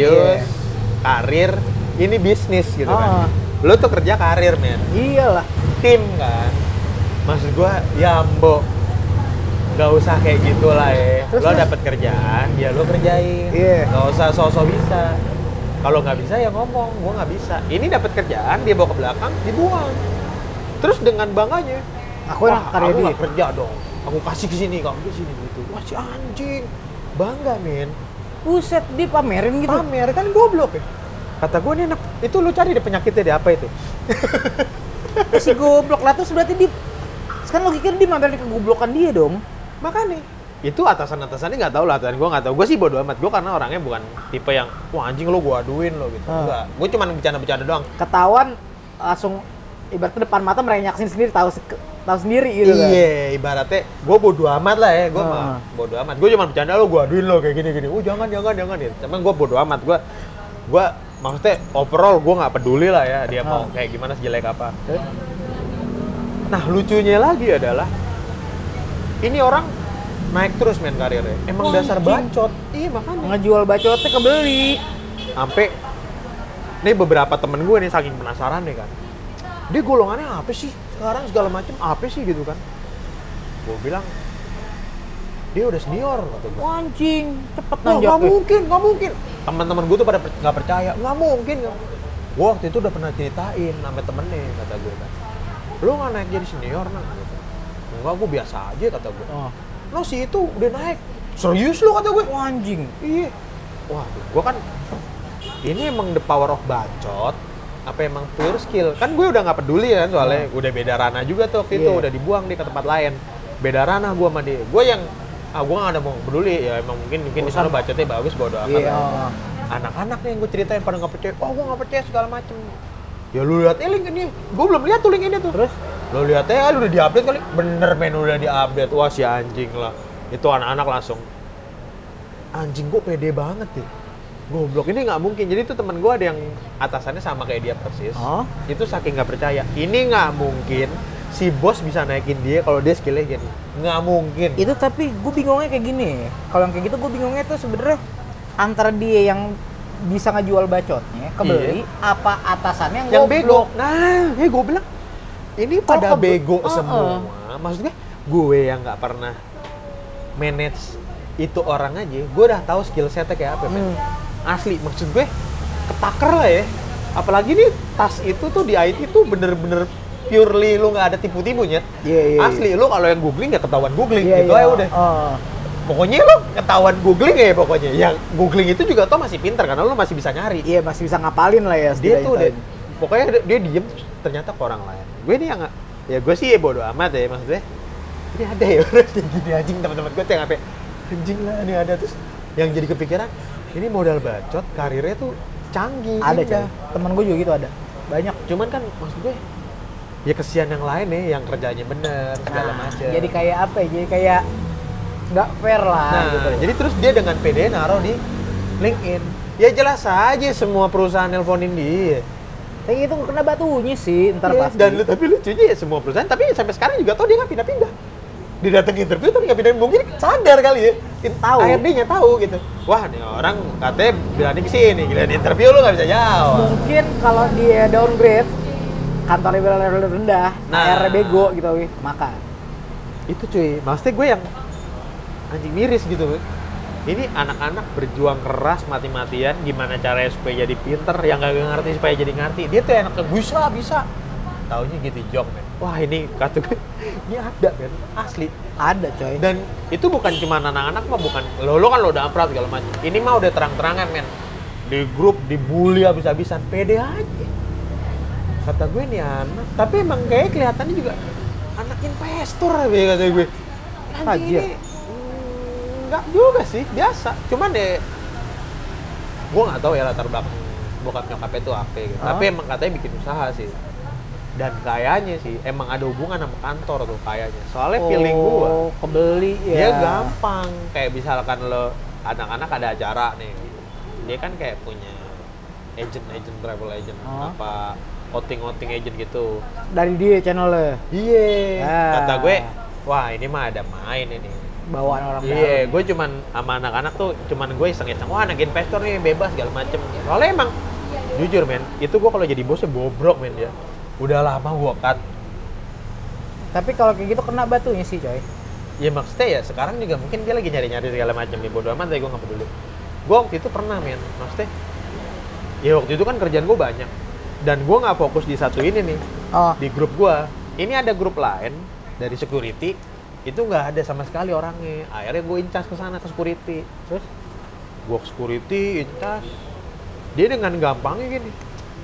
karir, ini bisnis gitu kan. Lu tuh kerja karir men. Iyalah. Tim kan. Maksud gue ya mbok nggak usah kayak gitulah ya. Terus lo dapet kerjaan, ya lo kerjain. Nggak usah sosok bisa. Kalau nggak bisa ya ngomong, gua nggak bisa. Ini dapat kerjaan, dia bawa ke belakang, dibuang. Terus dengan bangganya, aku nggak kerja dong. Aku kasih ke sini, kamu ke sini gitu. Wah si anjing, bangga men. Buset, dia pamerin gitu. Pamer kan goblok ya. Kata gue nih anak, itu lu cari deh penyakitnya deh apa itu? Si goblok lah terus berarti dia, sekarang logikanya dia mampir di kegoblokan dia dong. Makanya itu atasannya nggak tahu lah, atasan gue nggak tahu. Gue sih bodo amat, gue karena orangnya bukan tipe yang wah anjing lo gue aduin lo gitu. Enggak, gue cuma bercanda doang. Ketahuan langsung ibaratnya depan mata merenyaksin sendiri, tahu sendiri gitu kan. Iya, ibaratnya gue bodo amat lah ya, gue mah bodo amat. Gue cuma bercanda lo gue aduin lo kayak gini. Oh jangan ya. Cuman gue bodo amat, gue maksudnya overall gue nggak peduli lah ya dia mau kayak gimana sejelek apa. Nah lucunya lagi adalah ini orang naik terus men karirnya. Emang dasar bacot. Iya makanya. Ngejual bacotnya kebeli. Sampai nih beberapa temen gue nih saking penasaran nih kan. Dia golongannya apa sih? Sekarang segala macam apa sih gitu kan. Gue bilang dia udah senior kata gue. Anjing, cepet nanjak. Nggak mungkin. Teman-teman gue tuh pada nggak percaya. Nggak mungkin. Gue waktu itu udah pernah ceritain sama temennya kata gue kan. Lu nggak naik jadi senior nah? Gitu. Enggak, gue biasa aja kata gue. No si itu udah naik. Serius lu kata gue. Wah, anjing. Iya. Wah, gue kan ini emang the power of bacot. Apa emang pure skill? Kan gue udah nggak peduli kan soalnya udah beda ranah juga tuh waktu itu udah dibuang di ke tempat lain. Beda ranah gue sama dia. Gue yang gue nggak ada mau peduli ya emang mungkin di sana bacotnya bagus bodo amat. Anak-anak nih yang gue ceritain pada nggak percaya. Oh gue nggak percaya segala macem. Ya lu lihat link ini. Gue belum lihat tuh link ini tuh. Terus? Lo lihat lu udah diupdate kali? Bener men udah diupdate. Wah si anjing lah. Itu anak-anak langsung anjing gue pede banget ya. Goblok ini nggak mungkin. Jadi tuh teman gue ada yang atasannya sama kayak dia persis. Itu saking nggak percaya. Ini nggak mungkin si bos bisa naikin dia kalau dia skillnya gini. Nggak mungkin. Itu tapi gue bingungnya kayak gini. Kalau yang kayak gitu gue bingungnya tuh sebenarnya antara dia yang bisa ngejual bacotnya kebeli apa atasannya yang bego. Nah, gue bilang ini pada bego semua. Maksudnya gue yang nggak pernah manage itu orang aja, gue udah tahu skill setnya kayak apa. Asli, maksud gue ketaker lah ya. Apalagi nih tas itu tuh di IT tuh bener-bener purely lu nggak ada tipu-tipunya. Asli lu kalau yang googling ya ketahuan googling gitu aja udah. Pokoknya lu ketahuan googling ya pokoknya. Yang googling itu juga tuh masih pintar karena lu masih bisa nyari. Iya masih bisa ngapalin lah ya. Dia tuh pokoknya dia diem ternyata ke orang lain. Gue nih yang ya gue sih bodo amat ya maksudnya. Ini ada ya orang yang gini anjing teman-teman gue yang apa anjing lah ini ada terus yang jadi kepikiran ini modal bacot karirnya tuh canggih. Ada coy. Temen gue juga gitu ada. Banyak. Cuman kan maksud gue ya kesian yang lain nih yang kerjanya bener segala macam. Jadi kayak apa ya? Jadi kayak nggak fair lah gitu. Jadi terus dia dengan PD naruh di LinkedIn. Ya jelas aja semua perusahaan nelponin dia. Tapi itu kena batunya sih, ntar pasti. Dan tapi lucunya ya semua perusahaan, tapi sampai sekarang juga tau dia nggak pindah-pindah. Dia datang interview tapi nggak pindah, mungkin sadar kali ya. Tahu. HRD-nya tahu gitu. Wah nih orang katanya bilangnya ke sini, gila di interview lu nggak bisa jawab. Mungkin kalau dia downgrade, kantornya level rendah, HR bego gitu, maka. Itu cuy, maksudnya gue yang anjing miris gitu. Ini anak-anak berjuang keras mati-matian gimana caranya supaya jadi pinter, yang gak ngerti supaya jadi ngerti. Dia tuh enaknya bisa. Taunya gitu jong men. Wah ini kata gue, ini ada men, asli. Ada coy. Dan itu bukan cuma anak-anak mah, bukan lo kan lo udah amprat segala macam. Ini mah udah terang-terangan men. Di grup dibully habis-habisan, pede aja. Kata gue nih anak, tapi emang kayak kelihatannya juga anak investor ya kata gue. Anjir. Enggak juga sih, biasa. Cuman deh, gue nggak tahu ya latar belakang bokap nyokapnya tuh AP gitu. Tapi emang katanya bikin usaha sih. Dan kayaknya sih emang ada hubungan sama kantor tuh kayaknya. Soalnya feeling gua kebeli ya. dia gampang. Kayak misalkan lo anak-anak ada acara nih. Dia kan kayak punya agent travel agent apa outing agent gitu. Dari dia channelnya. Iya. Kata gue, wah ini mah ada main ini. Bawaan orang dalam. Iya, gue cuman sama anak-anak tuh cuman gue iseng-iseng, wah anak investor nih bebas segala macem. Soalnya emang jujur men, itu gue kalau jadi bosnya bobrok men ya. Udah lama gue cut. Tapi kalau kayak gitu kena batunya sih coy. Ya maksudnya ya sekarang juga mungkin dia lagi nyari-nyari segala macam nih, bodo amat deh gue nggak peduli. Gue waktu itu pernah men, maksudnya ya waktu itu kan kerjaan gue banyak dan gue nggak fokus di satu ini nih. Di grup gue, ini ada grup lain dari security, itu nggak ada sama sekali orangnya. Akhirnya gue incas ke sana ke security. Terus gue ke security, incas. Dia dengan gampangnya gini,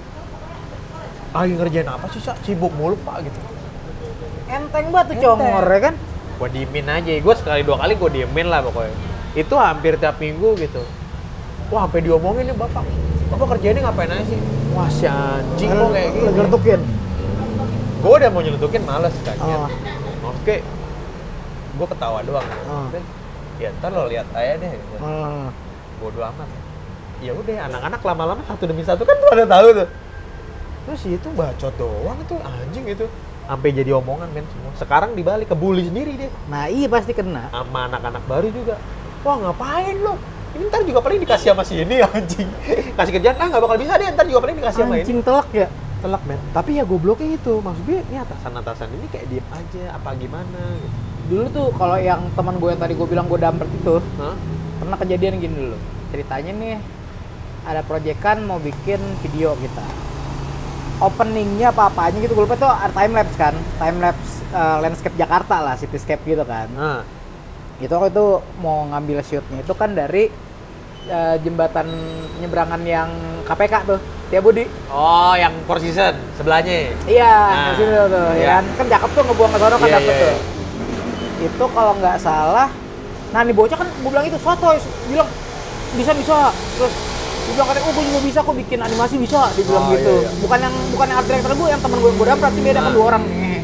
ngerjain apa sih, sibuk mulu pak gitu. Enteng banget tuh congor ya kan? Gue diemin aja, gue sekali dua kali gue diemin lah pokoknya. Itu hampir tiap minggu gitu. Wah sampai diomongin nih bapak kerjainnya ngapain aja sih? Wah si anjing kok kayak gini. Ngeletukin? Gue udah mau nyeletukin males kayaknya. Oke, gue ketawa doang. Ya ntar lo lihat aja deh. Gitu. Bodo amat. Ya udah anak-anak lama-lama satu demi satu kan pada tahu tuh. Terus itu bacot doang itu anjing itu. Sampai jadi omongan men semua. Sekarang dibalik kebuli sendiri dia. Nah iya pasti kena. Sama anak-anak baru juga. Wah ngapain lo? Ini ntar juga paling dikasih sama si ini anjing. Kasih kerjaan nggak bakal bisa deh, ntar juga paling dikasih sama ini. Anjing telak ya? Telak men. Tapi ya gobloknya itu. Maksud gue ini atasan-atasan ini kayak diem aja apa gimana gitu. Dulu tuh kalau yang teman gue yang tadi gue bilang gue dampert itu, pernah kejadian gini dulu. Ceritanya nih ada proyekan mau bikin video kita. Openingnya apa-apanya gitu, gue lupa tuh time lapse kan, time lapse landscape Jakarta lah, cityscape gitu kan. Itu waktu itu mau ngambil shootnya itu kan dari jembatan penyeberangan yang KPK tuh, Setiabudi. Oh, yang Four Seasons sebelahnya. Iya, di sini tuh, ya kan cakep tuh ngebuang ke sono kan dapet tuh. Itu kalau nggak salah, nah nih bocah kan gue bilang itu sotoy, bilang bisa terus gue bilang katanya, gue juga bisa kok bikin animasi bisa, dia bilang gitu. Bukan yang art director gue, yang temen gue yang berarti beda kan 2 orang nih.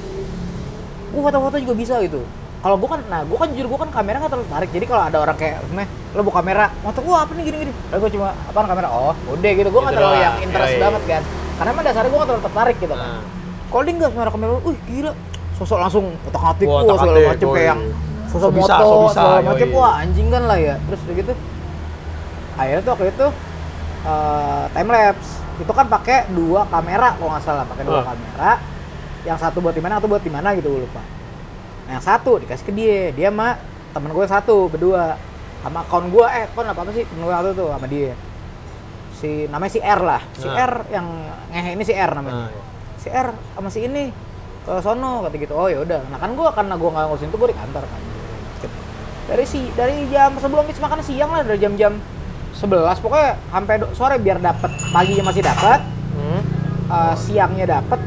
Gue foto-foto juga bisa gitu. Kalau gue kan jujur gue kan kamera nggak terlalu tarik. Jadi kalau ada orang kayak, lo bawa kamera, motor gue apa nih gini-gini. Lalu gue cuma apaan kamera, udah gitu. Gue nggak terlalu yang interest banget kan. Karena emang dasarnya gue nggak terlalu tertarik gitu kan. Kalau dia nggak kamera, gila, sosok langsung otak-atik segala macem kayak yang sosok moto segala macem, wah anjing kan lah ya. Terus udah gitu, akhirnya tuh waktu itu time lapse itu kan pakai 2 kamera kalau nggak salah, pakai 2 kamera. Yang satu buat di mana, satu buat di mana gitu gue lupa. Nah, yang satu dikasih ke dia sama temen gue yang satu, berdua sama akun gue, akun apa sih temen gue satu tuh sama dia. Namanya si R lah, si R yang ngehe ini si R namanya. Si R sama si ini ke sono kata gitu. Oh ya udah. Nah kan gue karena gue nggak ngurusin itu, gue di kantor kan. Dari jam sebelum makan siang lah, dari jam 11 pokoknya sampai sore biar dapat, paginya masih dapat, siangnya dapat,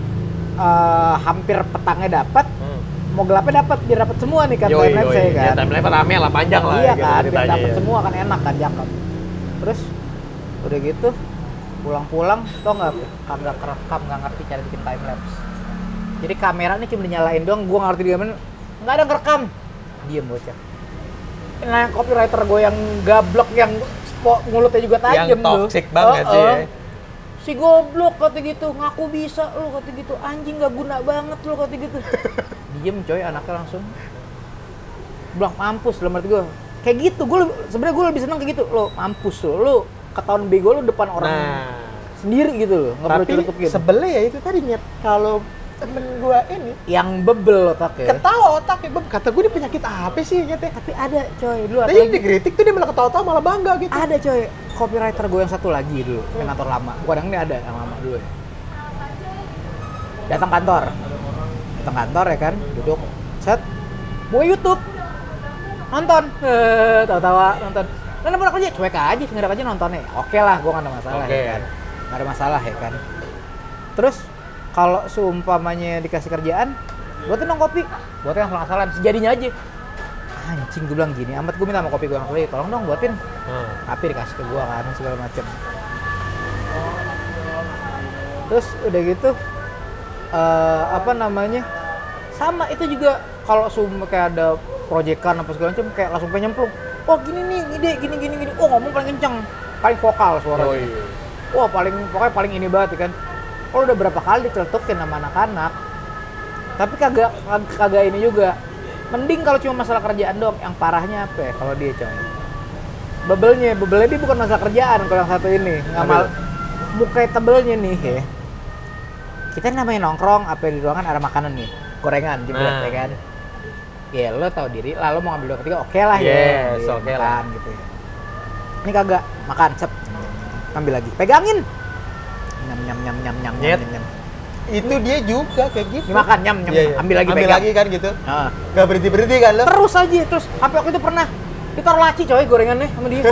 hampir petangnya dapat, mau gelapnya dapat, biar dapat semua nih kan timeline saya kan. Ya, timeline rame lah, panjang lah. Iya kan, biar dapat semua kan enak kan, cakep. Terus udah gitu pulang-pulang tau nggak kerekam, nggak ngerti cara bikin time lapse. Jadi kamera nih cuma dinyalain doang, gue nggak ngerti dia mana, nggak ada ngerekam, diem bocah. Nah copywriter gue yang gablok, yang mulutnya juga tajam tuh, yang toxic banget ya. Si goblok kata gitu, ngaku bisa lu kata gitu, anjing nggak guna banget lu kata gitu. Diem coy, anaknya langsung bilang mampus. Dalam arti gue kayak gitu, sebenarnya gue lebih seneng kayak gitu, lo mampus lu ketahuan bego lu depan orang sendiri gitu loh, nggak perlu celutuk gitu. Sebelnya ya itu tadi nyet, kalau temen gue ini yang bebel otaknya, ketawa otaknya, kata gue ini penyakit apa sih nyetnya. Tapi ada coy dulu, tapi dikritik tuh dia malah ketawa-tawa malah bangga gitu. Ada coy, copywriter gue yang satu lagi dulu, yang kantor lama, bukan yang ini, ada yang lama dulu ya. Datang kantor ya kan, duduk, set, mau YouTube, nonton, tawa-tawa nonton. Lalu mau kerja, cuek aja, ngerak aja nontonnya. Oke lah, gue nggak ada masalah ya kan, nggak ada masalah ya kan. Terus kalau seumpamanya dikasih kerjaan, buatin dong kopi, buatin langsung asalan, sejadinya aja. Anjing, gue bilang gini, amat gue minta sama kopi gue yang satu, tolong dong buatin. Tapi dikasih ke gue kan, segala macem. Terus udah gitu apa namanya? Sama itu juga kalau kayak ada proyekan apa segala macam kayak langsung pengen nyemplung. Oh gini nih, ide gini. Oh ngomong paling kencang, paling vokal suaranya. Oh iya. Wah pokoknya paling ini banget kan. Kalau udah berapa kali diceletukin sama anak-anak, tapi kagak ini juga. Mending kalau cuma masalah kerjaan dong. Yang parahnya apa ya kalau dia coy? Bebelnya dia bukan masalah kerjaan kalau yang satu ini. Ngamal muka tebelnya nih ya. Kita namanya nongkrong, apa di ruangan ada makanan nih, gorengan jebret ya kan. Ya lo tahu diri, lalu mau ngambil 2 ketiga oke lah ya. Yes, oke lah gitu ya. Ini kagak makan, ambil lagi, pegangin. Nyam. Nyet. Itu dia juga kayak gitu. Dimakan, nyam. Iya. Ambil lagi, ambil pegang. lagi kan gitu. Nah. Gak berhenti kan lo? Terus aja, terus sampai waktu itu pernah ditaruh laci coy gorengannya sama dia.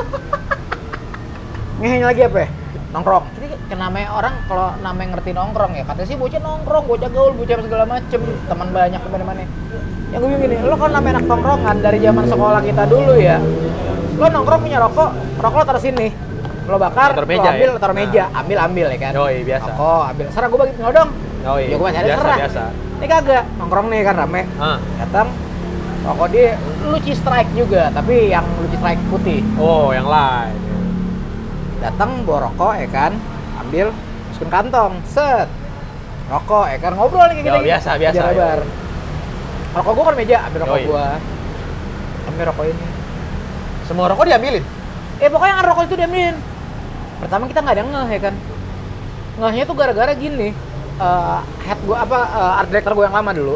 Ngehenya lagi apa ya? Nongkrong. Jadi namanya orang kalau namanya ngerti nongkrong ya, katanya sih bocah nongkrong, bocah gaul, bocah segala macem, teman banyak kemana-mana. Yang gue bilang gini, lo kan namanya anak tongkrongan dari zaman sekolah kita dulu ya. Lo nongkrong punya rokok lo taruh sini. Lo bakar, lo ambil, taruh meja, ambil ya kan. Yoi, biasa. Rokok, ambil. Serah gue bagi ngodong. Yoi, Ya gue masih ada serah. biasa. Ini kagak, nongkrong nih kan rame. Datang, rokok dia Lucky Strike juga, tapi yang Lucky Strike putih. Oh, yang lain. Datang bawa rokok ya kan, ambil, masukin kantong, set. Rokok ya kan, ngobrol nih kayak gini. Biasa. Lebar. Rokok gua kan meja, ambil rokok Yoi. gua. Ambil rokok ini. Semua rokok diambilin? Pokoknya yang rokok itu diambilin. Pertama kita nggak ada ngeh ya kan. Ngehnya tuh gara-gara gini. Head gua art director gua yang lama dulu.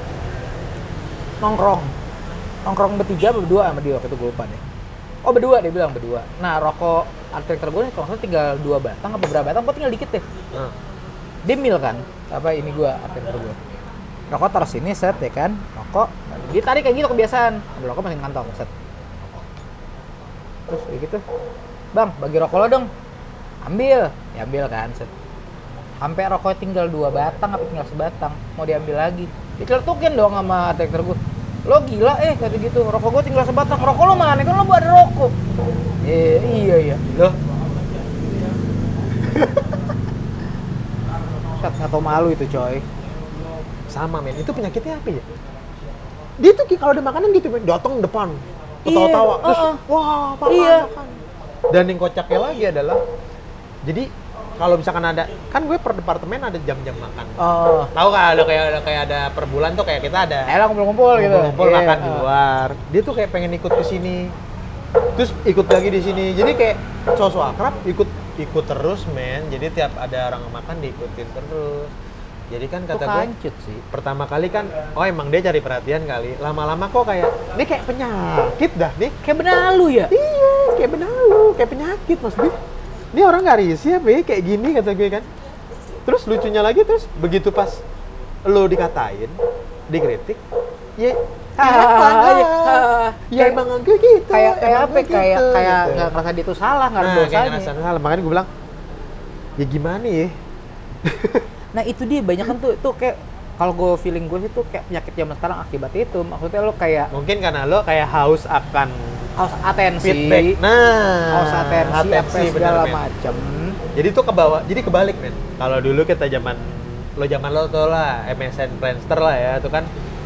Nongkrong bertiga berdua sama dia waktu itu, gue lupa deh. Oh berdua, dia bilang berdua. Nah rokok art director gue nih kalau nggak salah tinggal 2 batang apa berapa batang, tinggal dikit deh. Dia mil kan, apa ini gue art director gue. Rokok taruh sini, set ya kan, rokok. Dia tarik kayak gitu kebiasaan, ambil rokok masukin kantong, set. Terus kayak gitu, bang bagi rokok lo dong. Ambil, ya ambil kan, set. Sampai rokoknya tinggal 2 batang apa tinggal sebatang, mau diambil lagi. Diceletukin dong sama art director gue. Lo gila kata gitu, rokok gue tinggal sebatang, rokok lo mana? Kan lo ada rokok. Iya. Loh? Set, nggak tau malu itu coy. Sama men, itu penyakitnya apa ya? Dia tuh kalau ada makanan gitu men, datang depan, ketawa-tawa, terus wah apa makan. Dan yang kocaknya lagi adalah, jadi kalau misalkan ada, kan gue per departemen ada jam-jam makan. Tahu kan ada kayak ada per bulan tuh kayak kita ada. Ngumpul-ngumpul gitu. Ngumpul makan di luar. Dia tuh kayak pengen ikut ke sini. Terus ikut lagi di sini. Jadi kayak sosok akrab ikut terus men. Jadi tiap ada orang makan diikutin terus. Jadi kan kata gue kancut sih. Pertama kali kan, oh emang dia cari perhatian kali. Lama-lama kok kayak, ini kayak penyakit dah nih. Kayak benalu ya? Iya, kayak benalu, kayak penyakit Mas Bib. Ini orang nggak risih apa ya kayak gini kata gue kan. Terus lucunya lagi terus begitu pas lo dikatain, dikritik, ya emang gue gitu. Kayak apa? Gitu, Kayak gitu. nggak ngerasa dia itu salah, nggak ada Kayak dosanya. ngerasa salah. Makanya gue bilang, ya gimana ya? Nah itu dia banyak kan tuh kayak kalau gue feeling gue sih tuh kayak penyakit zaman sekarang akibat itu. Maksudnya lo kayak mungkin karena lo kayak haus akan atensi, feedback. haus atensi apa segala macam. Jadi tuh jadi kebalik men. Kalau dulu kita zaman lo tuh lah MSN Friendster lah ya, tuh kan.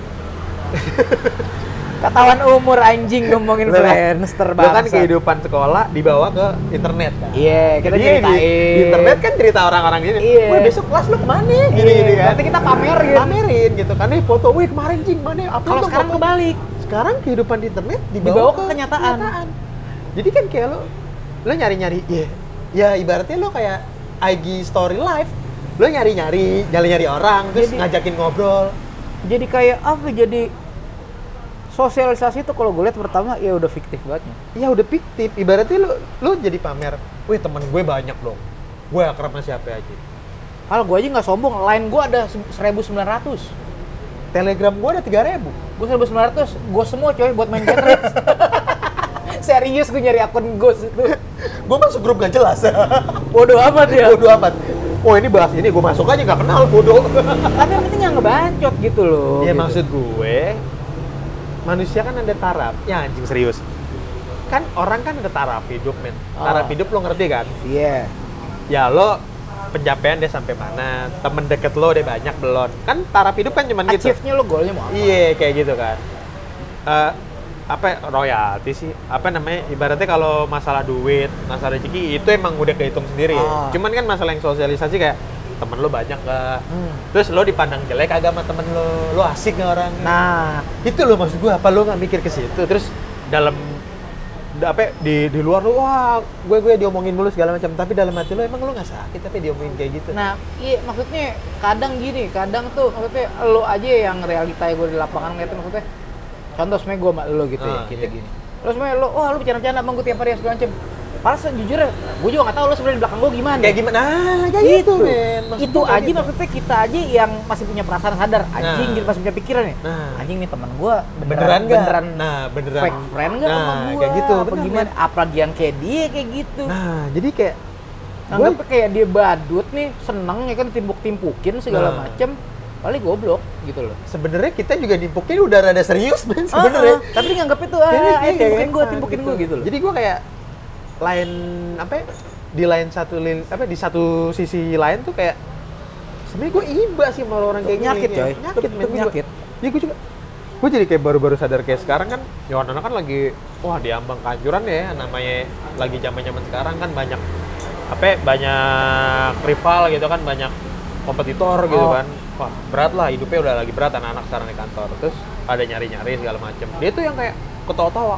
Ketahuan umur anjing ngomongin Friendster banget. Kan kehidupan sekolah dibawa ke internet kan. Iya, kita jadi ceritain. Di internet kan cerita orang-orang gini. Iya. Wah, besok kelas lu kemana? Gini-gini kan. Nanti kita pamerin. Pamerin gitu kan. Nih foto, wih kemarin jing mana? Kalau sekarang kebalik. Sekarang kehidupan di internet dibawa ke kenyataan. Jadi kan kayak lo nyari-nyari, ya ibaratnya lo kayak IG story live. Lo nyari-nyari orang, terus ngajakin ngobrol. Jadi kayak apa? Jadi sosialisasi itu kalau gue lihat pertama ya udah fiktif banget. Ya udah fiktif. Ibaratnya lo jadi pamer. Wih temen gue banyak dong. Gue akrab sama siapa aja. Kalau gue aja nggak sombong, line gue ada 1.900. Telegram gue ada 3.000. Gue 1.900, gue semua coy buat main Getrix. Serius gue nyari akun Ghost itu. Gue masuk grup gak jelas. Bodoh amat ya. Bodoh amat. Oh ini bahas ini, gue masuk aja gak kenal, bodoh. Tapi yang penting nggak ngebacot gitu loh. Ya gitu. maksud gue, manusia kan ada taraf. Ya anjing serius. Kan orang kan ada taraf hidup men. Taraf hidup lo ngerti kan? Iya. Ya lo pencapaian dia sampai mana, temen deket lo dia banyak belum. Kan taraf hidup kan cuman gitu. Achieve-nya lo goalnya mau apa? Iya, kayak gitu kan. Royalti sih, ibaratnya kalau masalah duit, masalah rezeki itu emang udah kehitung sendiri ya. Cuman kan masalah yang sosialisasi kayak temen lo banyak gak, terus lo dipandang jelek agak sama temen lo asik gak orang. Nah, itu lo maksud gue, apa lo nggak mikir ke situ? Terus dalam di luar lo, wah gue diomongin mulu segala macam, tapi dalam hati lo emang lo nggak sakit tapi diomongin kayak gitu. nah iya maksudnya kadang tuh maksudnya lo aja yang realitanya gue di lapangan ngeliatin maksudnya. Contoh sebenernya gue sama lo gitu ya, kita gini. Lo sebenernya lo bercanda-bercanda sama gue tiap hari segala macem. Padahal sejujurnya, gue juga nggak tahu lo sebenarnya di belakang gue gimana. Kayak gimana? Kayak gitu, men. Itu aja gitu. Maksudnya kita aja yang masih punya perasaan sadar, anjing gitu masih punya pikiran ya. Anjing nih teman gue beneran beneran fake friend nggak sama gue? Kayak gitu, apa gimana? Apalagi yang kayak dia kayak gitu. Nah, jadi kayak anggapnya kayak dia badut nih, seneng ya kan timpuk-timpukin segala macem. Paling goblok gitu loh. Sebenarnya kita juga nimpukin udah rada serius men sebenarnya. Tapi dia nganggep itu timpukin gue gitu loh. Jadi gue kayak di satu sisi lain tuh kayak sebenarnya gue iba sih sama orang kayak nyakit gini. Coy. Nyakit. Iya gue juga kayak baru-baru sadar kayak sekarang kan Yohana kan lagi diambang kehancuran ya, namanya lagi zaman-zaman sekarang kan banyak rival gitu kan, banyak kompetitor gitu kan. Wah, berat lah hidupnya, udah lagi berat anak-anak sekarang di kantor. Terus ada nyari-nyari segala macem. Dia tuh yang kayak ketawa-tawa.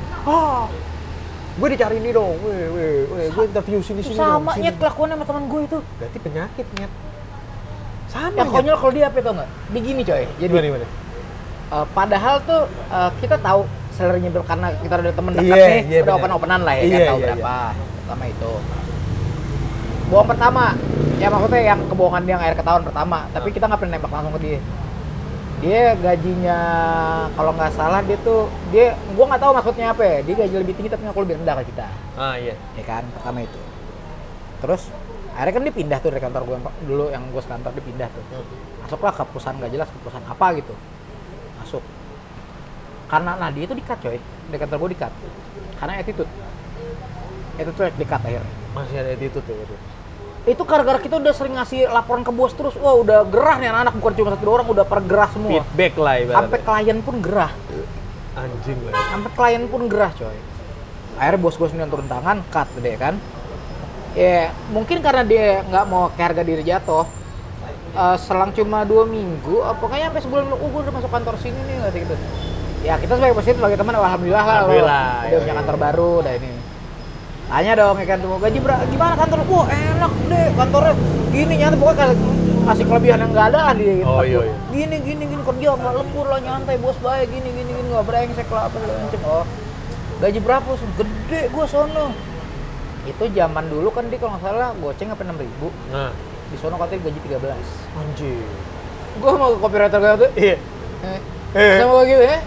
Gue dicari ini dong. Gue interview sini dong. Sama nyet kelakuannya sama teman gue itu. Berarti penyakit nyet. Sama. Yang konyol kalau dia apa tau nggak? Dia gini coy. Jadi gimana? Padahal tuh kita tahu sellernya karena kita ada temen dekat nih, udah open-openan lah ya, kan tahu berapa. Pertama itu. Bohong pertama, ya maksudnya yang kebohongan dia yang air ketahuan pertama, tapi kita nggak pernah nembak langsung ke dia. Dia gajinya kalau nggak salah gua nggak tahu maksudnya apa ya, dia gaji lebih tinggi tapi ngaku lebih rendah ke kita. Iya. Ya kan, pertama itu. Terus akhirnya kan dia pindah tuh dari kantor gua dulu, yang gua sekantor dia pindah tuh. Masuklah ke perusahaan nggak jelas, ke perusahaan apa gitu. Masuk. Karena dia itu di-cut coy, dari kantor gua di-cut. Karena attitude. Itu tuh di-cut akhirnya. Masih ada attitude tuh. Itu gara-gara kita udah sering ngasih laporan ke bos terus, wah udah gerah nih anak-anak, bukan cuma satu orang, udah pergerah semua. Feedback lah ibaratnya. Sampai klien pun gerah. Anjing lah. Sampai klien pun gerah coy. Akhirnya bos gue sendiri turun tangan, cut deh kan. Ya mungkin karena dia nggak mau ke harga diri jatuh. Selang cuma 2 minggu, pokoknya sampai sebulan, gue udah masuk kantor sini nih, nggak gitu. Ya kita sebagai positif, sebagai teman, alhamdulillah lah. Udah punya kantor baru, udah ini. Tanya dong ya kan, gaji gimana kantor? Wah enak deh kantornya, gini nyantai, pokoknya kasih kelebihan yang nggak ada di iya. Gini kerja nggak lembur lah, nyantai, bos baik, gini nggak brengsek lah apa segala macem. Gaji berapa? Gede gua sono. Itu zaman dulu kan dia kalau nggak salah goceng apa 6.000. Nah, di sono katanya gaji 13. anjir. Gua mau ke copywriter gue tuh. Iya. Sama gitu ya.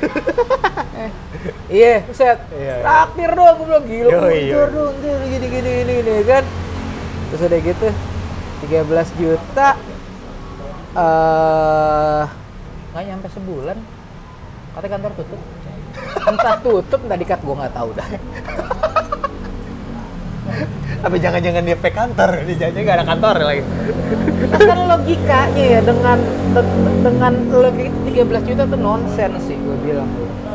Iya, set. Traktir dong, gue bilang gila. Jujur dong, gini kan. Terus udah gitu 13 juta. Nggak nyampe sebulan. Katanya kantor tutup. Entah tutup, entah di-cut, gue nggak tahu dah. Tapi jangan-jangan dia fake kantor, dia jangan nggak ada kantor lagi. Kan logikanya ya dengan logika itu 13 juta tuh nonsens sih gue bilang.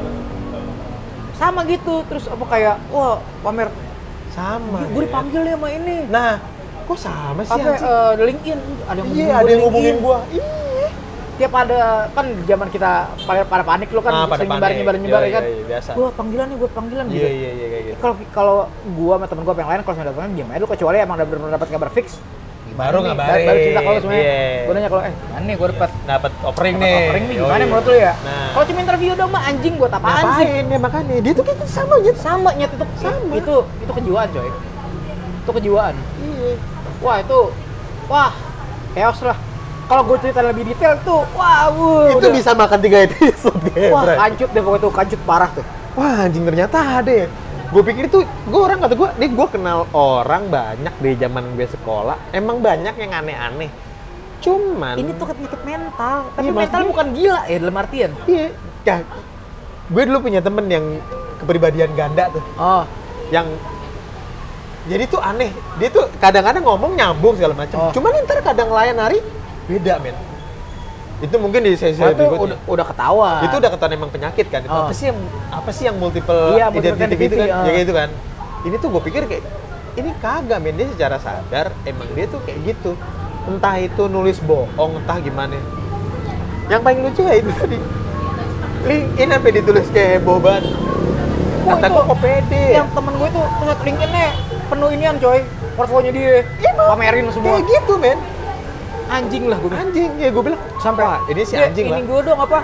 Sama gitu, terus apa kayak wah pamer sama. Gue dipanggil ya sama ini. Nah, kok sama sih? Apa LinkedIn ada yang ngomongin gue. Tiap ada kan zaman kita pada panik lu kan sering nyebar kan. Biasa. Gua panggilan gitu. Iya kayak gitu. Kalau gua sama temen gua yang lain kalau sudah datang diam aja lu, kecuali emang dapat kabar fix. Baru ngabarin. Baru cerita kalau semuanya. Gua nanya kalau mana nih gua dapat offering nih. Offering nih gimana menurut lu ya? Nah. Kalau cuma interview dong mah anjing buat apaan sih? Ya makanya dia tuh kayak sama nyet itu kejiwaan coy. Itu kejiwaan. Iya. Wah chaos lah. Kalau gue cerita lebih detail tuh, itu udah bisa makan 3 episode kayak. Wah, kancut deh pokoknya tuh, kancut parah tuh. Wah, anjing ternyata ada ya. Gue pikir itu, gue kenal orang banyak di zaman gue sekolah. Emang banyak yang aneh-aneh. Cuman ini tuh penyakit mental, tapi mental bukan gila ya dalam artian. Iya. Ya, gue dulu punya temen yang kepribadian ganda tuh. Oh. Yang Jadi tuh aneh, dia tuh kadang-kadang ngomong nyambung segala macam. Cuman ntar kadang layan hari beda men. Itu mungkin di sesi berikutnya. Udah ketahuan. Itu udah ketahuan emang penyakit kan. Itu apa sih yang multiple identity gitu kan? Ya gitu kan. Ini tuh gue pikir kayak ini kagak men, dia secara sadar emang dia tuh kayak gitu. Entah itu nulis bohong, entah gimana. Yang paling lucu ya itu tadi. LinkedIn sampai ditulis kayak heboh banget. Kata gue kok pede. Yang temen gue tuh tulis LinkedIn-nya penuh inian coy. Portfolio dia. Pamerin semua. Kayak gitu men. Anjing lah gue. Anjing ya gue bilang. Sampai ini si anjing lah. Ini gue dong apa?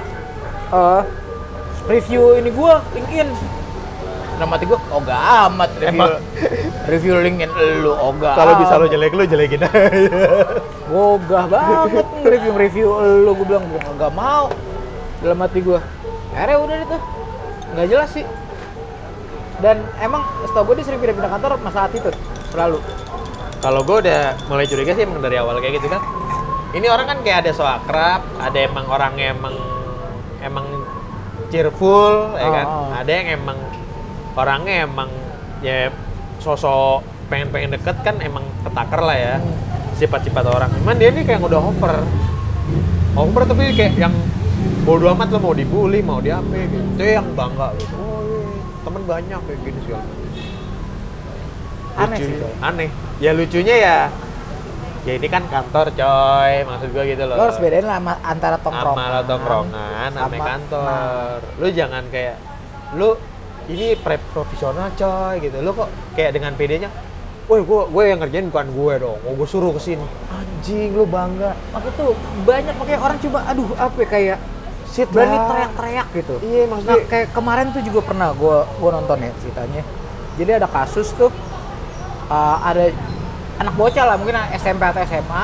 Review ini gue LinkedIn. Dalam hati gue, gak amat review LinkedIn lu, ogah. Kalau bisa lo jelek, lo jelekin aja. Ogah banget review lu, gue bilang gue gak mau. Dalam hati gue, akhirnya udah itu, nggak jelas sih. Dan emang setahu gue dia sering pindah-pindah kantor masalah attitude, selalu. Kalau gue udah mulai curiga sih emang dari awal kayak gitu kan. Ini orang kan kayak ada so akrab, ada emang orangnya emang cheerful, ya kan. Ada yang emang orangnya emang ya sosok pengen deket kan emang ketaker lah ya. Sifat-sifat orang. Cuman dia ini kayak udah over tapi kayak yang bodo amat lo mau dibully, mau diape gitu. Itu yang bangga gitu. Oh iya, temen banyak kayak gini segala macam. Aneh sih. Aneh. Ya lucunya ya ini kan kantor coy, maksud gua gitu loh. Lo harus bedain lah antara tongkrongan sama kantor. Lu jangan kayak lu ini profesional coy gitu. Lu kok kayak dengan PD-nya, woi gue yang ngerjain bukan gue dong, mau gue suruh kesini. Anjing lu bangga. Aku tuh banyak makanya orang coba aduh apa kayak berani teriak-teriak gitu. Iya maksudnya. Nah kayak kemarin tuh juga pernah gue nonton ya ceritanya. Jadi ada kasus tuh ada anak bocah lah mungkin SMP atau SMA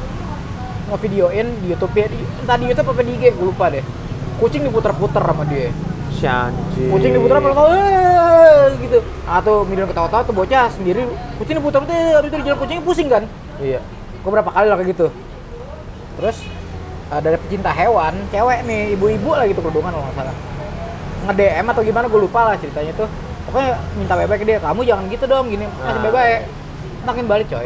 ngevideoin di YouTube ya, entah di YouTube apa di IG gue lupa deh. Kucing diputer-puter sama dia. Si anjing. Kucing diputer apa gitu. Atau video ketawa-tawa tuh bocah sendiri kucing diputer-puter habis itu di jalan kucingnya pusing kan? Iya. Gue berapa kali lah kayak gitu. Terus dari pecinta hewan, cewek nih, ibu-ibu lah gitu kerudungan kalau nggak salah. Nge-DM atau gimana gue lupa lah ceritanya tuh. Pokoknya minta bebek ke dia, kamu jangan gitu dong gini, kasih bebek. Tantangin balik coy.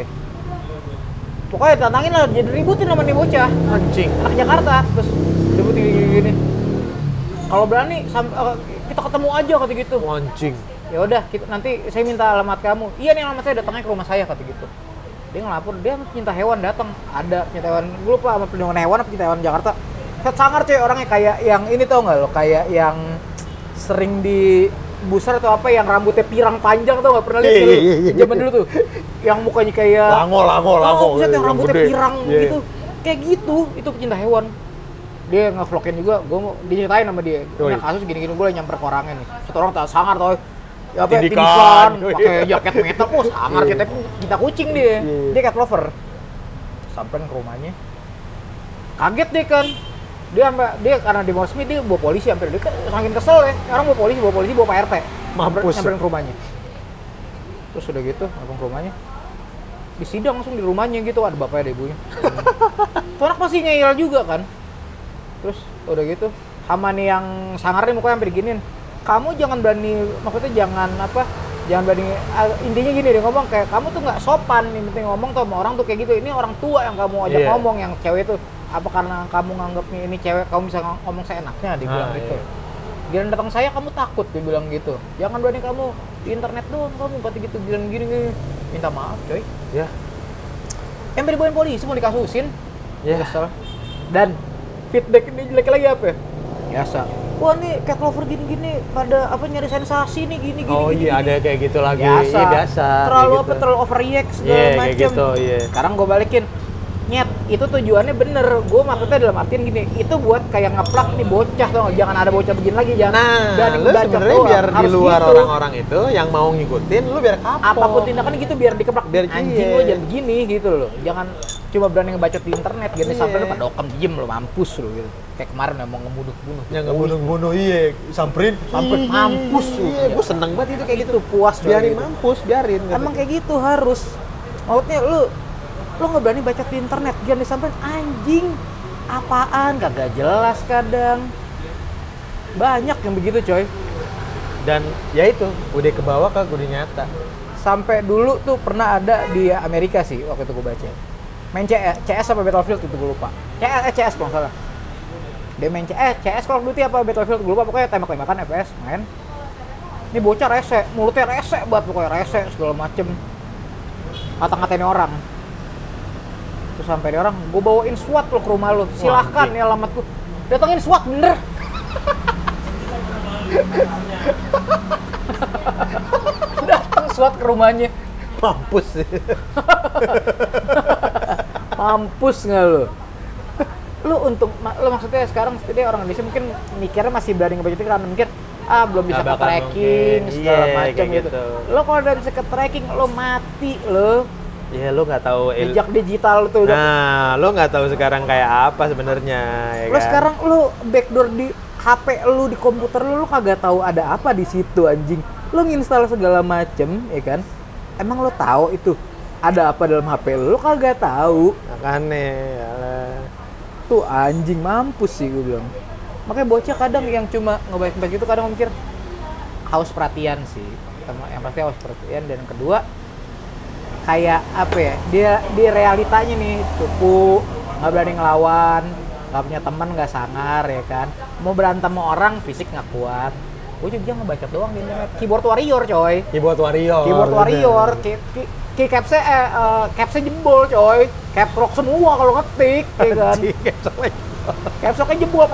Pokoknya tantangin lah, jadi ributin sama nih bocah. Anjing. Anak Jakarta, terus ributin gini. Kalau berani kita ketemu aja kata gitu. Anjing. Ya udah, nanti saya minta alamat kamu. Iya nih alamat saya, datangnya ke rumah saya kata gitu. Dia ngelapor, dia pecinta hewan datang, ada pecinta hewan, gue lupa sama pelindungan hewan apa pecinta hewan Jakarta. Set sangar coy orangnya kayak yang ini tau nggak lo, kayak yang sering di busar atau apa yang rambutnya pirang panjang tau nggak pernah lihat dulu zaman dulu tuh, yang mukanya kayak lango, yang rambutnya pirang gitu, kayak gitu, itu pecinta hewan. Dia nge-vlogin juga, gue mau diceritain sama dia, punya kasus gini-gini gue lagi nyamper ke orangnya nih, satu orang tak sangar tau. Ya apa tindikan, pakai jaket metal, sangar kita kucing dia. Dia cat lover. Samperin ke rumahnya. Kaget deh kan. Dia karena di mau resmi dia bawa polisi hampir. Dia saking kesel ya. Orang bawa polisi bawa Pak RT. Mampus. Nyamperin ke rumahnya. Terus udah gitu, nyamperin ke rumahnya. Disidang langsung di rumahnya gitu, ada bapaknya ada ibunya. Tuh anak pasti ngeyel juga kan. Terus udah gitu, sama nih yang sangar nih mukanya hampir diginin. Kamu jangan berani, maksudnya jangan berani, intinya gini dia ngomong kayak kamu tuh nggak sopan nih, penting ngomong tuh sama orang tuh kayak gitu, ini orang tua yang kamu ajak ngomong, yang cewek tuh, apa karena kamu nganggap ini cewek, kamu bisa ngomong seenaknya, dia bilang gitu. Giliran datang saya kamu takut, dia bilang gitu, jangan berani kamu di internet doang, kamu pasti gitu, bilang gini, minta maaf coy. Ya. Yang dibawain polisi mau dikasusin, kesel. Dan feedback ini jelek lagi apa ya? Biasa. Wah nih cat lover gini-gini pada apa nyari sensasi nih gini. Oh iya ada kayak gitu lagi. Biasa. Iya biasa. Terlalu gitu. apa terlalu overreact segala macam. Kayak gitu, Sekarang gue balikin. Nyet, itu tujuannya bener. Gue maksudnya dalam artian gini, itu buat kayak ngeplak nih bocah tuh, jangan ada bocah begini lagi, jangan. Nah, lu sebenarnya biar di luar gitu. Orang-orang itu yang mau ngikutin, lu biar kapok. Apapun tindakan gitu biar dikeplak. Biar anjing lo jangan begini gitu loh. Jangan cuma berani ngebacot di internet gini sampai lu pada okem diem lo, mampus lo gitu. Kayak kemarin yang mau ngebunuh-bunuh. Yang ngebunuh iya, samperin mampus lo. Iya, gue seneng banget itu kayak gitu. Puas biarin gitu. Mampus, biarin. Emang kayak gitu harus. Maksudnya lu nggak berani baca di internet, jangan disamperin anjing apaan, kagak jelas kadang. Banyak yang begitu coy. Dan ya itu, udah ke bawah ke udah nyata. sampai dulu tuh pernah ada di Amerika sih waktu itu gue baca. Main CS apa Battlefield itu gue lupa. CS kalau nggak salah. Dia main CS Call of Duty apa Battlefield gue lupa, pokoknya tembak-tembakan FPS main. Ini bocah rese, mulutnya rese banget pokoknya, rese segala macem. Ngata-ngatain orang. Terus sampai dia orang, gue bawain SWAT lo ke rumah lo. Silahkan nih alamat gue. Datangin SWAT bener. Datang SWAT ke rumahnya. Mampus. Mampus nggak lo? Lu untuk lo maksudnya sekarang dia orang Indonesia mungkin mikirnya masih berani ngebacotin karena mungkin belum bisa ke tracking segala macam gitu. Lo kalau udah bisa ke tracking lo mati lo. Iya, lo nggak tahu jejak digital tuh. Nah, lo nggak tahu sekarang kayak apa sebenarnya. Ya lo kan? sekarang lo backdoor di HP lo, di komputer lo kagak tahu ada apa di situ anjing. Lo nginstal segala macem, ya kan? Emang lo tahu itu ada apa dalam HP lo? Lo kagak tahu. Makanya, yalah. Tuh anjing mampus sih gue bilang. Makanya bocah kadang yang cuma ngebaik-baik gitu kadang mikir haus perhatian sih. Yang pasti haus perhatian, dan kedua kayak apa ya, dia di realitanya nih cupu, nggak berani ngelawan, nggak punya teman, nggak sangar ya kan, mau berantem sama orang fisik nggak kuat. Gue juga ngebacot doang di internet. Keyboard warrior coy. Keyboard warrior. Capsnya jebol coy. Caps lock semua kalau ngetik ya kan. Caps locknya jebol,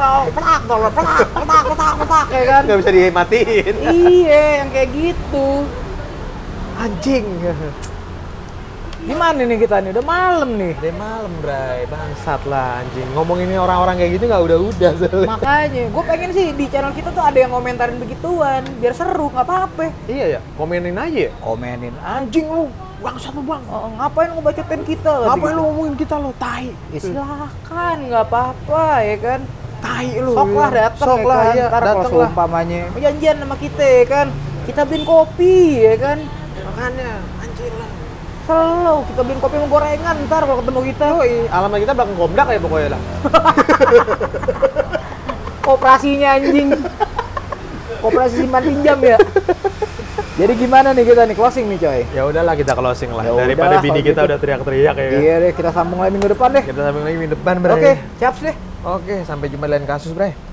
petak ya kan. Nggak bisa dimatiin. Iya, yang kayak gitu. Anjing. Gimana nih kita nih? Udah malam nih. Udah malam, Bray. Bangsat lah anjing. Ngomongin orang-orang kayak gitu nggak udah-udah. Makanya, gue pengen sih di channel kita tuh ada yang komentarin begituan. Biar seru, nggak apa-apa. Iya ya, komenin aja ya? Komenin. Anjing lu, bangsat lu bang. Ngapain lu ngebacotin kita? Ngapain lu ngomongin kita lo, tai? Ya silahkan, nggak apa-apa ya kan. Tai lu. Sok lah datang ya kan. Ya, Ntar kalau seumpamanya janjian sama kita ya kan. Kita beliin kopi ya kan. Makanya, anjir lah. Selalu kita beliin kopi sama gorengan ntar kalau ketemu kita. Alamat kita belakang komdak ya pokoknya lah. Koperasinya anjing. Koperasi simpan pinjam ya. Jadi gimana nih kita nih closing nih coy? Ya udahlah kita closing lah. Ya Daripada udahlah, bini kalau kita gitu. udah teriak-teriak ya kan. Iya deh, kita sambung lagi minggu depan deh. Kita sambung lagi minggu depan, Bray. Oke, caps deh. Oke, sampai jumpa di lain kasus, Bray.